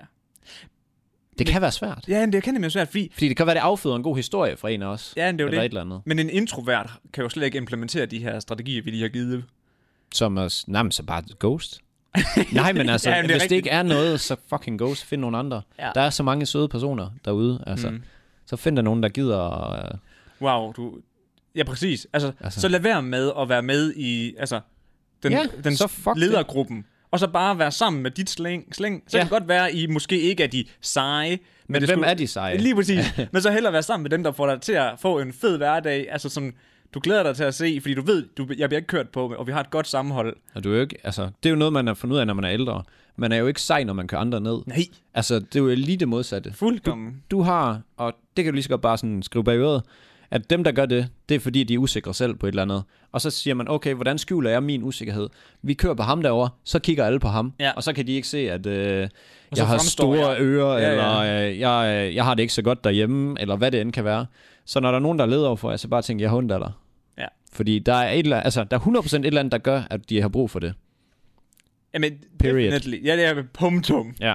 Det kan være svært. Ja, det kan være svært, fordi det kan være, det afføder en god historie fra en af os. Ja, det er jo det. Et eller andet. Men en introvert kan jo slet ikke implementere de her strategier, vi lige har givet. Som er så bare Ghost. Nej, men altså, ja, hvis det ikke er noget, så fucking Ghost. Find nogle andre. Ja. Der er så mange søde personer derude. Altså, så find der nogen, der gider... Wow, ja, præcis. Altså, så lad være med at være med i den ledergruppen. Og så bare være sammen med dit slæng. Så kan det godt være, I måske ikke er de seje. Men hvem er de seje? Lige præcis. Men så hellere være sammen med dem, der får dig til at få en fed hverdag. Altså som du glæder dig til at se, fordi du ved, jeg bliver ikke kørt på, og vi har et godt sammenhold. Og du er jo ikke, det er jo noget, man har fundet ud af, når man er ældre. Man er jo ikke sej, når man kører andre ned. Nej. Altså, det er jo lige det modsatte. Fuldkommen. Du har, og det kan du lige så godt bare sådan skrive bag øret, at dem, der gør det, det er fordi, de er usikre selv på et eller andet. Og så siger man, okay, hvordan skjuler jeg min usikkerhed? Vi kører på ham derovre, så kigger alle på ham. Ja. Og så kan de ikke se, at jeg har store ører, eller jeg har det ikke så godt derhjemme, eller hvad det end kan være. Så når der er nogen, der leder over for jer, så bare tænker jeg, hundt af dig. Ja. Fordi der er, der er 100% et eller andet, der gør, at de har brug for det. Jamen, definitely. Ja, det er punktum. Ja.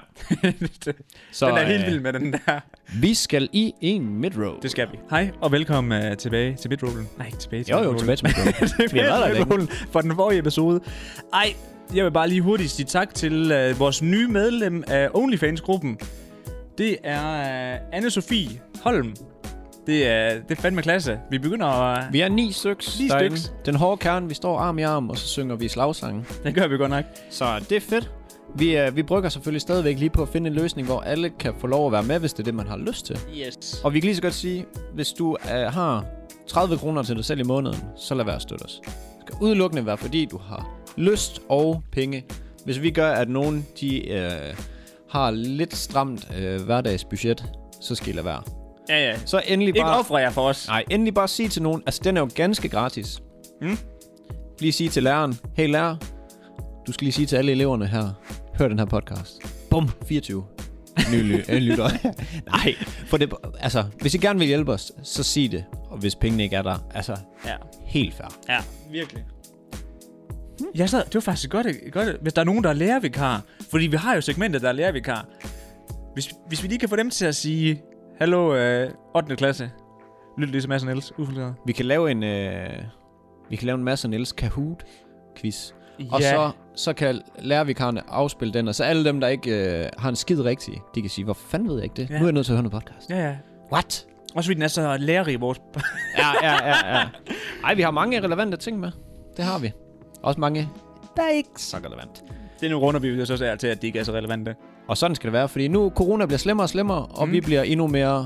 Så, den er helt vild med den der. Vi skal i en midroll. Det skal vi. Hej, og velkommen tilbage til midrollen. Nej, tilbage til midrollen. Tilbage til midrollen. Vi har været der længe. For den forrige episode. Jeg vil bare lige hurtigt sige tak til vores nye medlem af OnlyFans-gruppen. Det er Anne-Sophie Holm. Det er fandme klasse. Vi begynder at... Vi er 9 styks. Den hårde kerne, vi står arm i arm, og så synger vi slagsange. Det gør vi godt nok. Så det er fedt. Vi brygger selvfølgelig stadigvæk lige på at finde en løsning, hvor alle kan få lov at være med, hvis det er det, man har lyst til. Yes. Og vi kan lige så godt sige, hvis du har 30 kroner til dig selv i måneden, så lad være at støtte os. Det skal udelukkende være, fordi du har lyst og penge. Hvis vi gør, at nogen de har lidt stramt hverdagsbudget, så skal I lade være. Ja. Så endelig bare... Ikke offre jer for os. Nej, endelig bare sige til nogen... Altså, den er jo ganske gratis. Lige sige til læreren... Hey lærer, du skal lige sige til alle eleverne her... Hør den her podcast. Bum, 24. Nye lytter. Nej, for det... Altså, hvis I gerne vil hjælpe os, så sig det. Og hvis pengene ikke er der... Altså, helt fair. Ja, virkelig. Det var faktisk godt, hvis der er nogen, der er lærervikar. Fordi vi har jo segmentet, der er lærervikar. Hvis vi lige kan få dem til at sige... Hallo, 8. klasse. Lyt lige til Mads og Niels. Ufiltreret. Vi kan lave en Mads og Niels Kahoot-quiz. Og så kan lærervikarerne afspille den. Og så alle dem, der ikke har en skid rigtig, de kan sige, hvor fanden ved jeg ikke det? Ja. Nu er jeg nødt til at høre noget podcast. Ja. What? Også fordi den er så lærerig, vores... ja. Ej, vi har mange relevante ting med. Det har vi. Også mange, der er ikke så relevant. Det nu runder vi jo så til, at de ikke er så relevante. Og sådan skal det være, fordi nu corona bliver slemmere og slemmere, og vi bliver endnu mere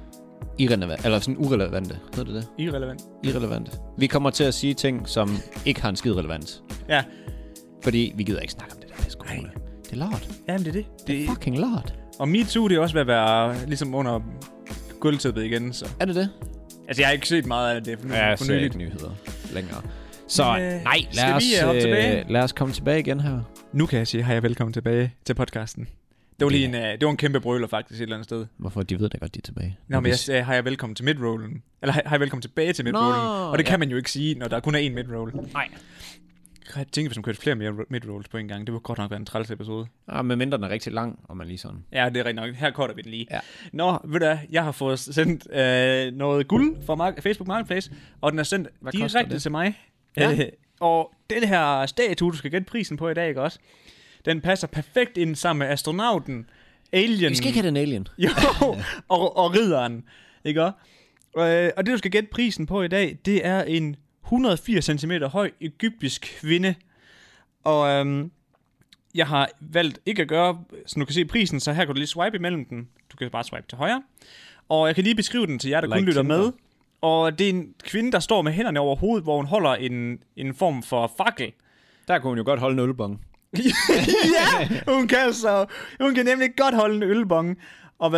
urelevante. Hedder det det? Irrelevante. Vi kommer til at sige ting, som ikke har en skid relevans. Ja. Fordi vi gider ikke snakke om det der pisse corona. Det er lort. Jamen, det er det. Det er fucking lort. Og MeToo, det er også ved at være ligesom under gulvtæppet igen, så... Er det det? Altså, jeg har ikke set meget af det for nyligt. Nyheder længere. Så nej, lad os komme tilbage igen her. Nu kan jeg sige, hej og velkommen tilbage til podcasten. Det var lige det var en kæmpe brøler faktisk et eller andet sted. Hvorfor? De ved da godt, de er tilbage. Nå, men jeg sagde, hej og velkommen til midrollen. Eller hej og velkommen tilbage til midrollen. Og det kan man jo ikke sige, når der kun er én midroll. Nej. Jeg tænker, hvis man kørte flere midrolls på en gang. Det var godt nok være en træls episode. Ja, men mindre den er rigtig lang, og man lige sådan. Ja, det er rigtig nok. Her korter vi den lige. Ja. Nå, ved du hvad, jeg har fået sendt noget guld fra Facebook Marketplace, og den er sendt direkte til mig. Ja. Og den her statue, du skal gætte prisen på i dag, ikke også? Den passer perfekt ind sammen med astronauten, alien. Vi skal ikke have den alien. Jo, og ridderen, ikke også? Og det, du skal gætte prisen på i dag, det er en 180 cm høj egyptisk kvinde. Og jeg har valgt ikke at gøre, så du kan se prisen, så her kan du lige swipe imellem den. Du kan bare swipe til højre. Og jeg kan lige beskrive den til jer, der kun lytter med. Og det er en kvinde, der står med hænderne over hovedet, hvor hun holder en form for fakkel. Der kunne hun jo godt holde en ølbong. Ja, hun kan nemlig godt holde en ølbong. Og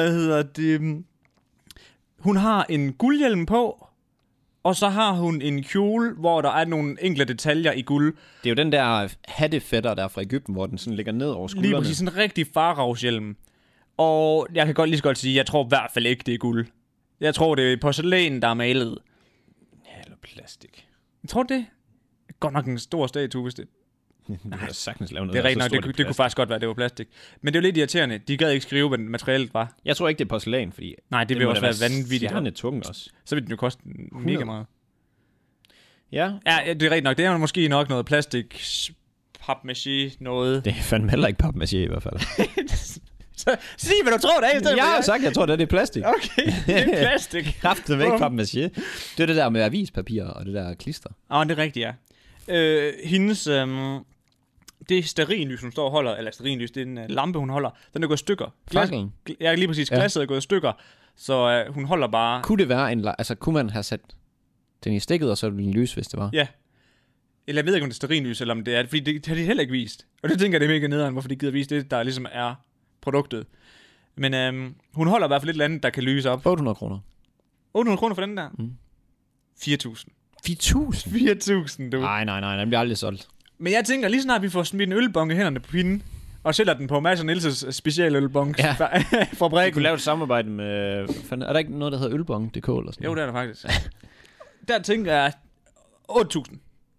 hun har en guldhjelm på, og så har hun en kjole, hvor der er nogle enkelte detaljer i guld. Det er jo den der hattefætter der fra Egypten, hvor den sådan ligger ned over skuldrene. Lige præcis, sådan en rigtig faraoshjelm. Og jeg kan lige så godt sige, jeg tror i hvert fald ikke, det er guld. Jeg tror, det er porcelæn, der er malet. Ja, eller plastik. Jeg tror det. Godt nok en stor statue, hvis det... Nej, det er sagtens lave noget. Det er rigtigt nok, det kunne faktisk godt være, det var plastik. Men det er jo lidt irriterende. De gad ikke skrive, hvad materialet var. Jeg tror ikke, det er porcelæn, fordi... Nej, det vil også være vanvittigt. Stjernetung også. Så vil den jo koste mega meget. Ja. Ja, det er rigtigt nok. Det er jo måske nok noget plastik, papmaché, noget. Det er fandme heller ikke papmaché i hvert fald. Så sig, hvad du tror, det er i stedet. Jeg har sagt, jeg tror, det er plastik. Okay, det er plastik. Kræftet væk papmaché. Det er det der med avispapir og det der klister. Det er rigtigt, ja. Hendes... det stearinlys, hun står og holder, eller stearinlys, det er en lampe, hun holder, den er gået i stykker. Fakkelen? Ja, lige præcis. Glasset er gået i stykker, så hun holder bare... Kunne det være kunne man have sat den i stikket, og så ville den lys, hvis det var? Ja. Eller jeg ved ikke, om det er stearinlys, eller om det er... Fordi det har de heller ikke vist. Og det tænker jeg, det er mega nederen, hvorfor de gider vise det, der ligesom er produktet. Men hun holder i hvert fald et eller andet, der kan lyse op. 800 kroner. 800 kroner for den der? 4.000. 4.000, du. Nej, den bliver aldrig solgt. Men jeg tænker, lige snart vi får smidt en ølbong i hænderne på pinden, og sætter den på Mads og Nielses special ølbong fra Brækken. Vi kunne lave et samarbejde med... Er der ikke noget, der hedder ølbong.dk eller sådan? Jo, det er der faktisk. Der tænker jeg 8.000.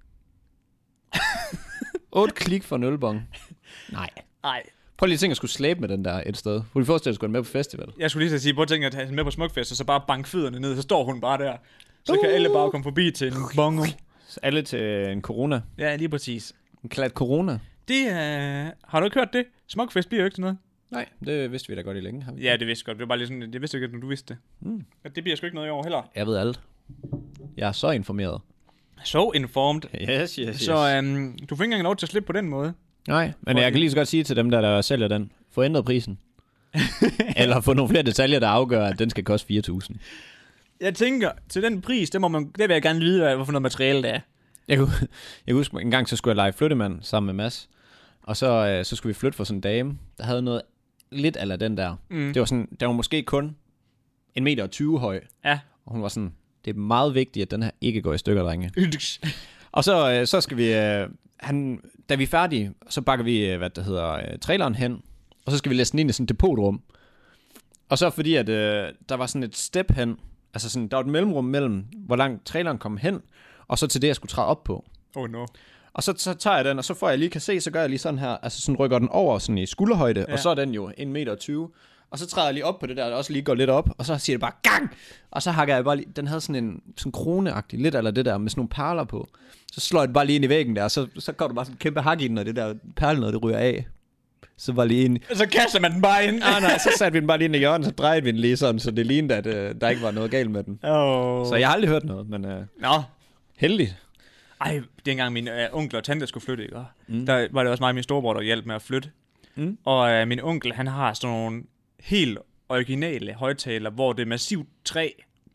8 klik for en ølbong. Nej. Prøv lige at tænke at skulle slæbe med den der et sted. Kunne du forestille dig at skulle med på festival? Jeg skulle lige sige, prøv at tænke at have med på Smukfest, og så bare banke fødderne ned, så står hun bare der. Så kan alle bare komme forbi til en bongo. Alle til en corona. Ja, lige præcis. En klat corona. Det har du ikke hørt det? Smukfest bliver jo ikke til noget. Nej, det vidste vi da godt i længe. Har vi? Ja, det vidste godt. Det var bare lige sådan, jeg vidste ikke, at du vidste det. At det bliver sgu ikke noget i år heller. Jeg ved alt. Jeg er så informeret. So informed. Yes. Så du får ikke engang lov til at slippe på den måde. Nej, men jeg kan lige så godt sige til dem, der sælger den. Få ændret prisen. Eller få nogle flere detaljer, der afgør, at den skal koste 4.000. Jeg tænker, til den pris, det vil jeg gerne vide, hvorfor noget materiale det er. Jeg kan huske, en gang så skulle jeg lege flyttemand sammen med Mads. Og så skulle vi flytte for sådan en dame, der havde noget lidt ala den der. Det var sådan, der var måske kun 1,20 meter høj. Ja. Og hun var sådan, det er meget vigtigt, at den her ikke går i stykker, drenge. Og så skal vi, da vi er færdige, så bakker vi, traileren hen. Og så skal vi læse den ind i sådan et depotrum. Og så fordi, at der var sådan et step hen, altså sådan, der var et mellemrum mellem, hvor langt traileren kom hen, og så til det, jeg skulle træde op på. Oh no. Og så tager jeg den, og så får jeg lige kan se, så gør jeg lige sådan her, altså sådan rykker den over sådan i skulderhøjde, og så er den jo 1,20 meter. Og så træder jeg lige op på det der, og også lige går lidt op, og så siger det bare gang! Og så hakker jeg bare lige, den havde sådan en sådan kroneagtig, lidt eller det der, med sådan nogle perler på. Så slår jeg den bare lige ind i væggen der, og så går der bare sådan en kæmpe hak i den, og det der perle noget, det ryger af. Så var lige ind. Så kaster man den bare ind. Nej, så satte vi den bare lige ind i hjørnet, så drejede vi den lige sådan, så det lignede, at der ikke var noget galt med den. Så jeg har aldrig hørt noget, men heldigt. Ej, dengang min onkel og tante skulle flytte, ikke? Der var det også mig og min storebror, der hjalp med at flytte. Og min onkel, han har sådan nogle helt originale højtaler, hvor det er massivt træ.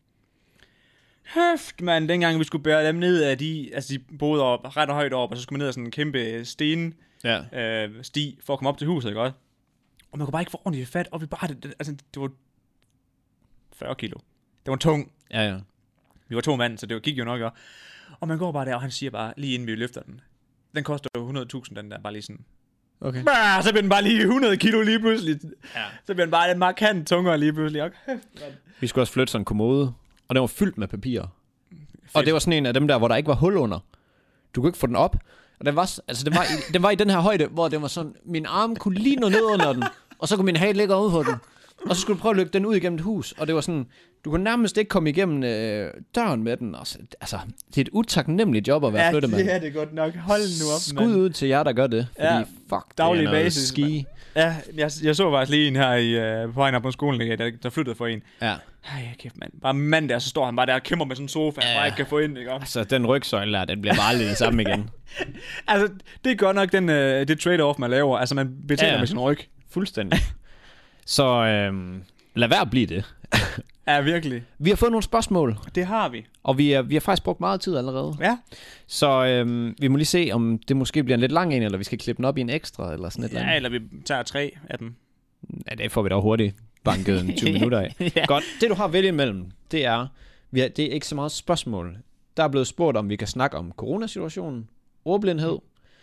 Hæft, mand, dengang vi skulle bære dem ned af de boede op, ret og højt op, og så skulle man ned af sådan en kæmpe sti for at komme op til huset, ikke også? Og man kunne bare ikke få ordentligt fat, og vi bare, det var 40 kilo. Det var tung. Ja. Vi var 2 mand, så det gik jo nok, også. Og man går bare der, og han siger bare, lige inden vi løfter den, den koster jo 100.000, den der, bare lige sådan. Okay. Så bliver den bare lige 100 kilo lige pludselig. Ja. Så bliver den bare lidt markant tungere lige pludselig. Okay. Vi skulle også flytte sådan en kommode, og den var fyldt med papirer. Og det var sådan en af dem der, hvor der ikke var hul under. Du kunne ikke få den op. Og den var i den her højde, hvor det var sådan, min arm kunne lige nå ned under den, og så kunne min hale ligge ud på den. Og så skulle du prøve at løbe den ud igennem et hus. Og det var sådan, du kunne nærmest ikke komme igennem døren med den. Altså, det er et utaknemmeligt job at være flyttemand. Ja, det er godt nok. Hold nu op, Skud ud til jer, der gør det. Fordi fuck, daglig det er noget basis, ski. Ja, jeg så faktisk lige en her på vejen op på skolen, der flyttede for en. Ja. Ej, kæft mand. Bare mand der, så står han bare der og kæmper med sådan en sofa, han bare ikke kan få ind, ikke? Altså, den rygsøjle der, den bliver bare aldrig det samme igen. Altså, det er godt nok det trade-off, man laver. Altså, man betaler med sin ryg. Fuldstændig. Så lad være at blive det. Ja, virkelig. Vi har fået nogle spørgsmål. Det har vi. Og vi har faktisk brugt meget tid allerede. Ja. Så vi må lige se, om det måske bliver en lidt lang en, eller vi skal klippe den op i en ekstra, eller sådan et eller andet. Ja, eller vi tager 3 af dem. Ja, det får vi da hurtigt banket en 20 minutter af. Ja. Godt. Det, du har at vælge imellem, det er ikke så meget spørgsmål. Der er blevet spurgt, om vi kan snakke om coronasituationen, ordblindhed,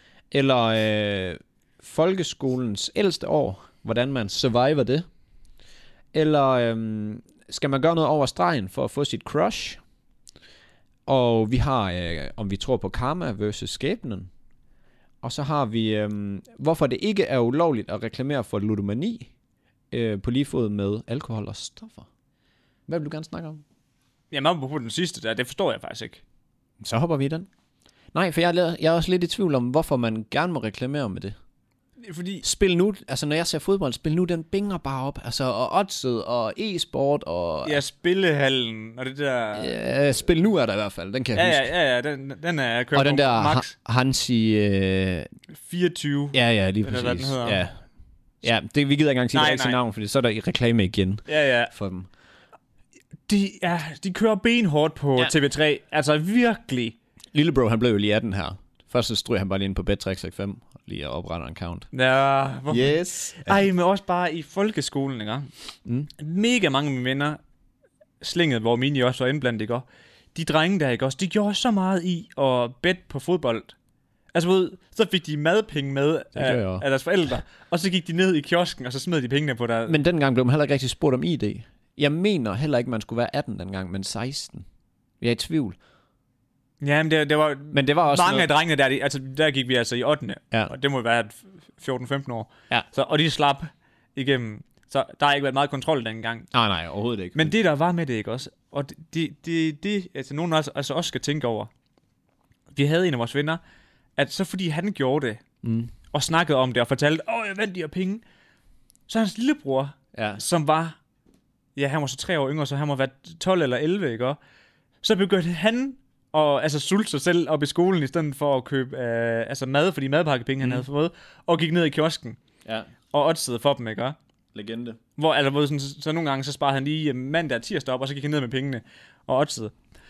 eller folkeskolens ældste år, hvordan man surviver det. Eller skal man gøre noget over stregen for at få sit crush? Og vi har, om vi tror på karma versus skæbnen. Og så har vi, hvorfor det ikke er ulovligt at reklamere for ludomani på lige fod med alkohol og stoffer. Hvad vil du gerne snakke om? Jamen, på den sidste der, det forstår jeg faktisk ikke. Så hopper vi i den. Nej, for jeg er også lidt i tvivl om, hvorfor man gerne må reklamere med det. Fordi spil nu, altså når jeg ser fodbold, spil nu den binger bare op, altså og oddset og e-sport og ja, spillehallen og det der. Ja, spil nu er der i hvert fald, den kan jeg huske. Ja, den er kørt og den der max. Hansi 24. Ja, lige præcis. Hvad den hedder. Ja, det vi gider ikke engang sige det navn, fordi så er der i reklame igen. Ja. For dem. De kører benhårdt på TV3. Altså virkelig. Lillebro, han blev jo lige 18 her. Først så stryger han bare lige ind på Bet365 lige at oprette en account. Ja, yes. Ej, men også bare i folkeskolen, ikke? Mega mange af mine venner slinget, hvor mine også var indblandet, ikke? De drenge der, ikke også? De gjorde så meget i at bet på fodbold. Altså, så fik de madpenge med af deres forældre, og så gik de ned i kiosken, og så smed de pengene på der. Men dengang blev man heller ikke rigtig spurgt om ID. Jeg mener heller ikke, man skulle være 18 dengang, men 16. Jeg er i tvivl. Ja, men det var også mange af drengene der, der gik vi altså i 8. Ja. Og det må være 14-15 år. Ja. Og de slap igennem. Så der har ikke været meget kontrol dengang. Nej, overhovedet ikke. Men det der var med det, ikke også? Og det altså nogen også skal tænke over. Vi havde en af vores venner, at så fordi han gjorde det, og snakkede om det, og fortalte, jeg vandt de her penge, så hans lillebror, som var, han var så 3 år yngre, så han må være 12 eller 11, ikke også? Så begyndte han og sulte sig selv op i skolen, i stedet for at købe mad, fordi madpakkepenge han havde fået, og gik ned i kiosken, og oddsede for dem, ikke? Legende. Hvor sådan, så nogle gange, så sparede han lige mandag og tirsdag op, og så gik han ned med pengene, og oddsede.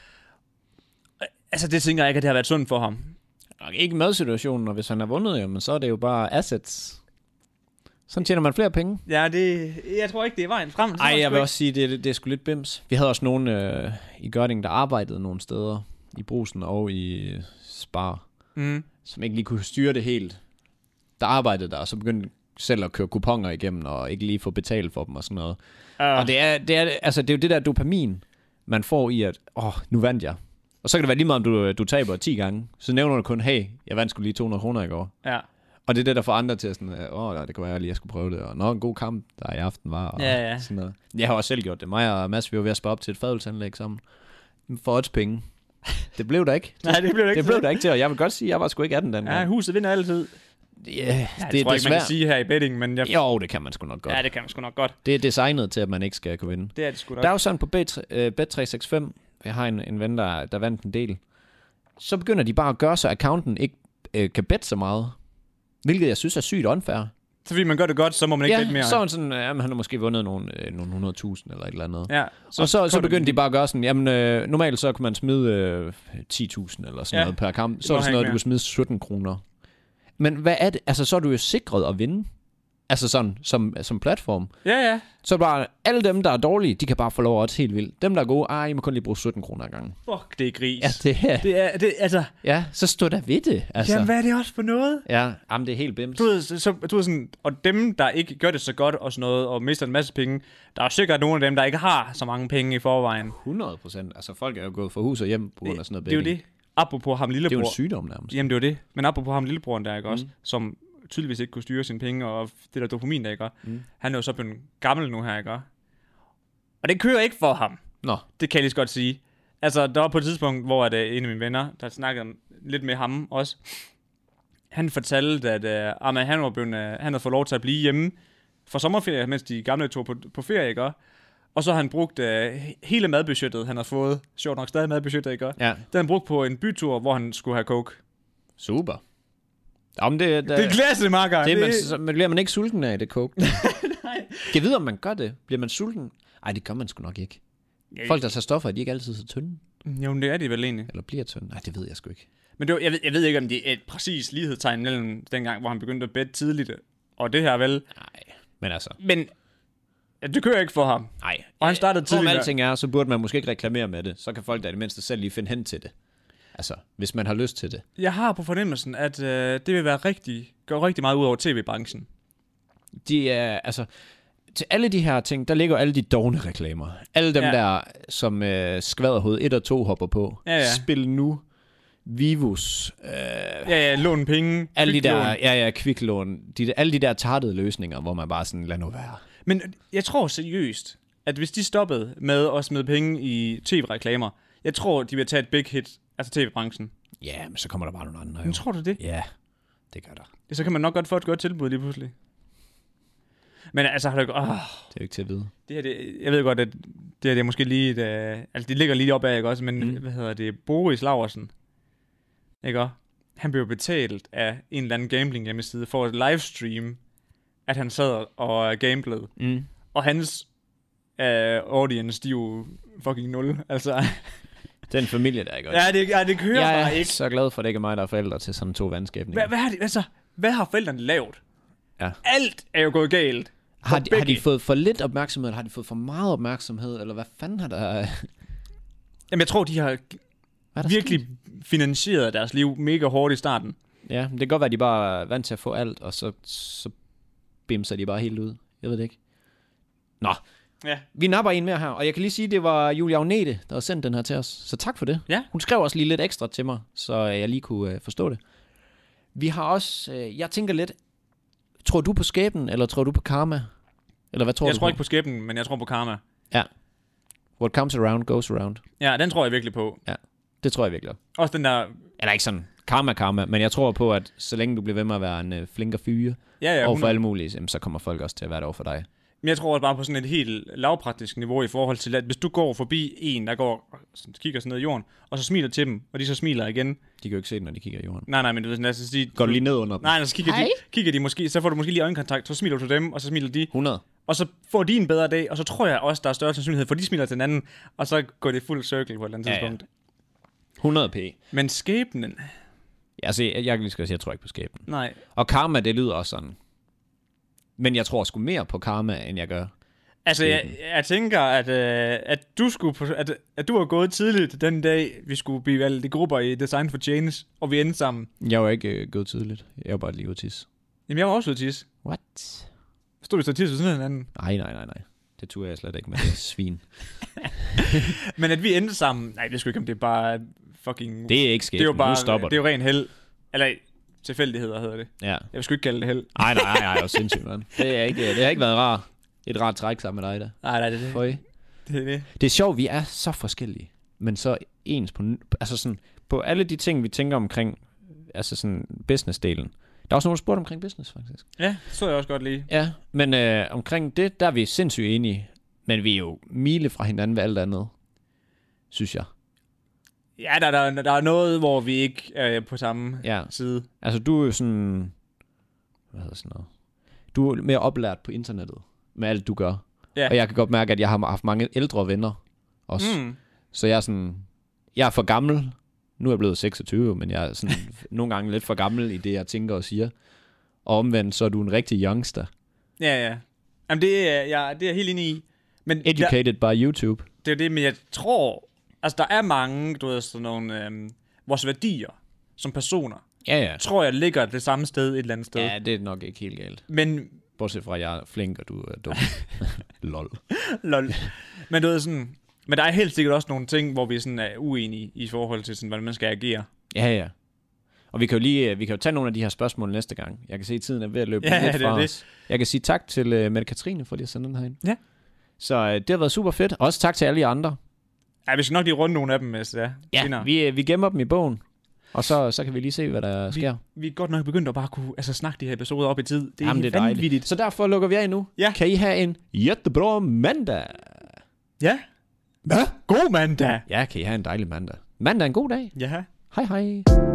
Altså, det tænker jeg ikke, at det har været sundt for ham. Ikke madsituationen, og hvis han har vundet, jamen, så er det jo bare assets. Sådan tjener man flere penge. Ja, jeg tror ikke, det er vejen frem. Nej, jeg vil også sige, det er sgu lidt bims. Vi havde også nogen i Gørding, der arbejdede nogle steder, i Brugsen og i Spar, som ikke lige kunne styre det helt. Der arbejdede der, og så begyndte selv at køre kuponer igennem, og ikke lige få betalt for dem og sådan noget. Og det er jo det der dopamin, man får i, at nu vandt jeg. Og så kan det være lige meget, om du taber 10 gange. Så nævner du kun, hey, jeg vandt sgu lige 200 kroner i går. Ja. Og det er det, der får andre til sådan, det kan være, at jeg skulle prøve det. Og en god kamp, der i aften var. Og sådan noget. Jeg har også selv gjort det. Mig og Mads, vi var ved at spare op til et fadølsanlæg sammen. For oddspenge. Det blev der ikke. Nej, det blev der ikke. Det blev der ikke til, og jeg vil godt sige, at jeg var sgu ikke 18 den gang. Ja, huset vinder altid. Ja, det tror jeg ikke, man kan sige her i betting, men jo, det kan man sgu nok godt. Ja, det kan man sgu nok godt. Det er designet til, at man ikke skal kunne vinde. Det er det sgu nok. Der er jo sådan på Bet365, jeg har en ven, der vandt en del. Så begynder de bare at gøre, så accounten ikke kan bette så meget. Hvilket jeg synes er sygt unfair. Så fordi man gør det godt, så må man ikke bette mere. Ja, sådan, han har måske vundet nogle 100.000 eller et eller andet. Ja, og så begyndte de bare at gøre sådan, normalt så kan man smide 10.000 eller sådan noget per kamp. Så er det sådan noget, du kan smide 17 kroner. Men hvad er det? Altså, så er du jo sikret at vinde. Altså sådan, som platform. Ja. Så bare, alle dem, der er dårlige, de kan bare få lov at helt vildt. Dem, der er gode, I må kun lige bruge 17 kroner ad gangen. Fuck, det er gris. Ja, Det er, altså... Ja, så stod der ved det. Altså. Jamen, hvad er det også for noget? Ja, jamen, det er helt bims. Du ved sådan... Og dem, der ikke gør det så godt og sådan noget, og mister en masse penge, der er sikkert nogle af dem, der ikke har så mange penge i forvejen. 100%. Altså, folk er jo gået fra hus og hjem på grund af sådan noget. Det er jo det. Apropos ham lillebror. Det er jo en sygdom nærmest. Jamen, det er jo det. Men apropos ham lillebroren der, ikke også? Som tydeligvis ikke kunne styre sine penge, og det der dopamin der, ikke? Han er jo så blevet gammel nu her, ikke? Og det kører ikke for ham. Nå. Det kan jeg lige så godt sige. Altså, der var på et tidspunkt, hvor en af mine venner, der snakkede lidt med ham også, han fortalte, at han havde fået lov til at blive hjemme for sommerferie, mens de gamle tog på ferie, ikke? Og så har han brugt hele madbudgettet, han har fået, sjovt nok stadig madbudgettet, ikke? Ja. Det har han brugt på en bytur, hvor han skulle have coke. Super. Jamen, det er klasse, Marker. Men bliver man ikke sulten af det coke? Nej. Kan jeg vide, om man gør det? Bliver man sulten? Nej, det gør man sgu nok ikke. Folk, der tager stoffer, er de ikke altid så tynde? Jo, det er de vel egentlig. Eller bliver tynde? Nej, det ved jeg sgu ikke. Men det var, jeg ved ikke, om det er et præcis lighedstegn mellem dengang, hvor han begyndte at bede tidligt, og det her vel. Nej, men altså. Men det kører ikke for ham. Nej. Og han startede tidligt. Om alting er, så burde man måske ikke reklamere med det. Så kan folk da i det mindste selv lige finde hen til det. Altså, hvis man har lyst til det. Jeg har på fornemmelsen, at det vil være gøre rigtig meget ud over tv-branchen. De er, altså, til alle de her ting, der ligger alle de dovne reklamer. Alle dem der, som skvaderhoved 1 og 2 hopper på. Ja. Spil nu. Vivus. Lån penge. Alle de der, kviklån. Alle de der tartede løsninger, hvor man bare sådan, lad nu være. Men jeg tror seriøst, at hvis de stoppede med at smide penge i tv-reklamer, jeg tror, de vil tage et big hit, altså tv-branchen. Ja, men så kommer der bare nogle andre. Men tror du det? Ja, det gør der. Så kan man nok godt få et godt tilbud lige pludselig. Men altså, har du ikke... Det er jo ikke til at vide. Jeg ved godt, at det er måske lige... altså, det ligger lige op ad, ikke også? Men hvad hedder det? Boris Laursen. Ikke også? Han blev betalt af en eller anden gambling hjemmeside for at livestream, at han sad og gamblede. Og hans audience, de er jo fucking 0. Altså... Den familie der, ikke også? Ja, det kører bare ikke. Jeg er så glad for, at det ikke er mig, der er forældre til sådan 2 vandskabninger. Hvad har forældrene lavet? Ja. Alt er jo gået galt. Har de fået for lidt opmærksomhed, eller har de fået for meget opmærksomhed, eller hvad fanden har der... Jamen, jeg tror, de har virkelig finansieret deres liv mega hårdt i starten. Ja, det kan godt være, at de bare er vant til at få alt, og så bimser de bare helt ud. Jeg ved det ikke. Nå. Ja. Vi napper en mere her, og jeg kan lige sige, at det var Julia Agnete, der har sendt den her til os. Så tak for det. Ja. Hun skrev også lige lidt ekstra til mig, så jeg lige kunne forstå det. Vi har også, jeg tænker lidt, tror du på skæbnen, eller tror du på karma? Eller hvad tror du? Jeg tror ikke på skæbnen, men jeg tror på karma. Ja. What comes around, goes around. Ja, den tror jeg virkelig på. Ja, det tror jeg virkelig. Også den der... Eller ikke sådan karma, men jeg tror på, at så længe du bliver ved med at være en flinker fyre, og for alle mulige, så kommer folk også til at være der over for dig. Men jeg tror også bare på sådan et helt lavpraktisk niveau i forhold til, at hvis du går forbi en, der går kigger sådan ned i jorden, og så smiler til dem, og de så smiler igen. De kan jo ikke se det, når de kigger i jorden. Nej, men du ved sådan, altså sige... Går du lige ned under dem? Nej, så kigger de måske, så får du måske lige øjenkontakt, så smiler du til dem, og så smiler de. 100. Og så får de en bedre dag, og så tror jeg også, der er større sandsynlighed for, de smiler til hinanden, og så går det fuld circle på et eller andet tidspunkt. 100 p. Men skæbnen... Altså, jeg kan lige sige, jeg tror ikke på skæbnen. Nej. Og karma, det lyder også sådan. Men jeg tror sgu mere på karma, end jeg gør. Altså, jeg tænker, at du var gået tidligt den dag, vi skulle blive valgt i grupper i Design for Change, og vi endte sammen. Jeg var ikke gået tidligt. Jeg var bare lige ude at tisse. Jamen, jeg var også ude at tisse. What? Stod vi så tisse ved sådan en anden? Nej. Det turde jeg slet ikke med det svin. Men at vi endte sammen, nej, det sgu ikke, om det er bare fucking... Det er ikke sket. Det er jo bare, nu stopper det er jo ren held. Eller tilfældigheder hedder det. Ja. Jeg vil sgu ikke kalde det held. Nej, det er sindssygt, man. Det har ikke været et rart træk sammen med dig der. Nej, det er det. Det er sjovt, vi er så forskellige, men så ens på, altså sådan, på alle de ting, vi tænker omkring, altså sådan business-delen. Der er også nogen, der spurgte omkring business, faktisk. Ja, så jeg også godt lige. Ja, men omkring det, der er vi sindssygt enige, men vi er jo mile fra hinanden ved alt andet, synes jeg. Ja, der er noget, hvor vi ikke er på samme side. Altså, du er jo sådan, hvad hedder sådan noget? Du er mere oplært på internettet med alt, du gør. Ja. Og jeg kan godt mærke, at jeg har haft mange ældre venner også. Så jeg er for gammel. Nu er jeg blevet 26, men jeg er sådan nogle gange lidt for gammel i det, jeg tænker og siger. Og omvendt, så er du en rigtig youngster. Ja. Jamen, det er jeg helt enig i. Men Educated by YouTube. det er det, men jeg tror... Altså, der er mange, du ved, sådan nogle... vores værdier som personer, Ja. tror jeg, ligger det samme sted et eller andet sted. Ja, det er nok ikke helt galt. Men... Bortset fra, at jeg er flink, og du er dum. Lol. Men du ved sådan... Men der er helt sikkert også nogle ting, hvor vi sådan er uenige i forhold til, sådan, hvordan man skal agere. Ja. Og vi kan jo tage nogle af de her spørgsmål næste gang. Jeg kan se, at tiden er ved at løbe lidt fra os. Jeg kan sige tak til Mette Katrine for lige at sende den herind. Ja. Så det har været super fedt. Også tak til alle jer andre. Ja, vi skal nok lige runde nogle af dem, hvis det er. Ja, vi gemmer dem i bogen. Og så kan vi lige se, hvad der sker. Vi er godt nok begyndt at bare kunne snakke de her episoder op i tid. Det er vanvittigt. Dejligt. Så derfor lukker vi af nu. Ja. Kan I have en jättebra mandag? Ja. Hvad? God mandag. Ja, kan I have en dejlig mandag. Mandag er en god dag. Ja. Hej hej.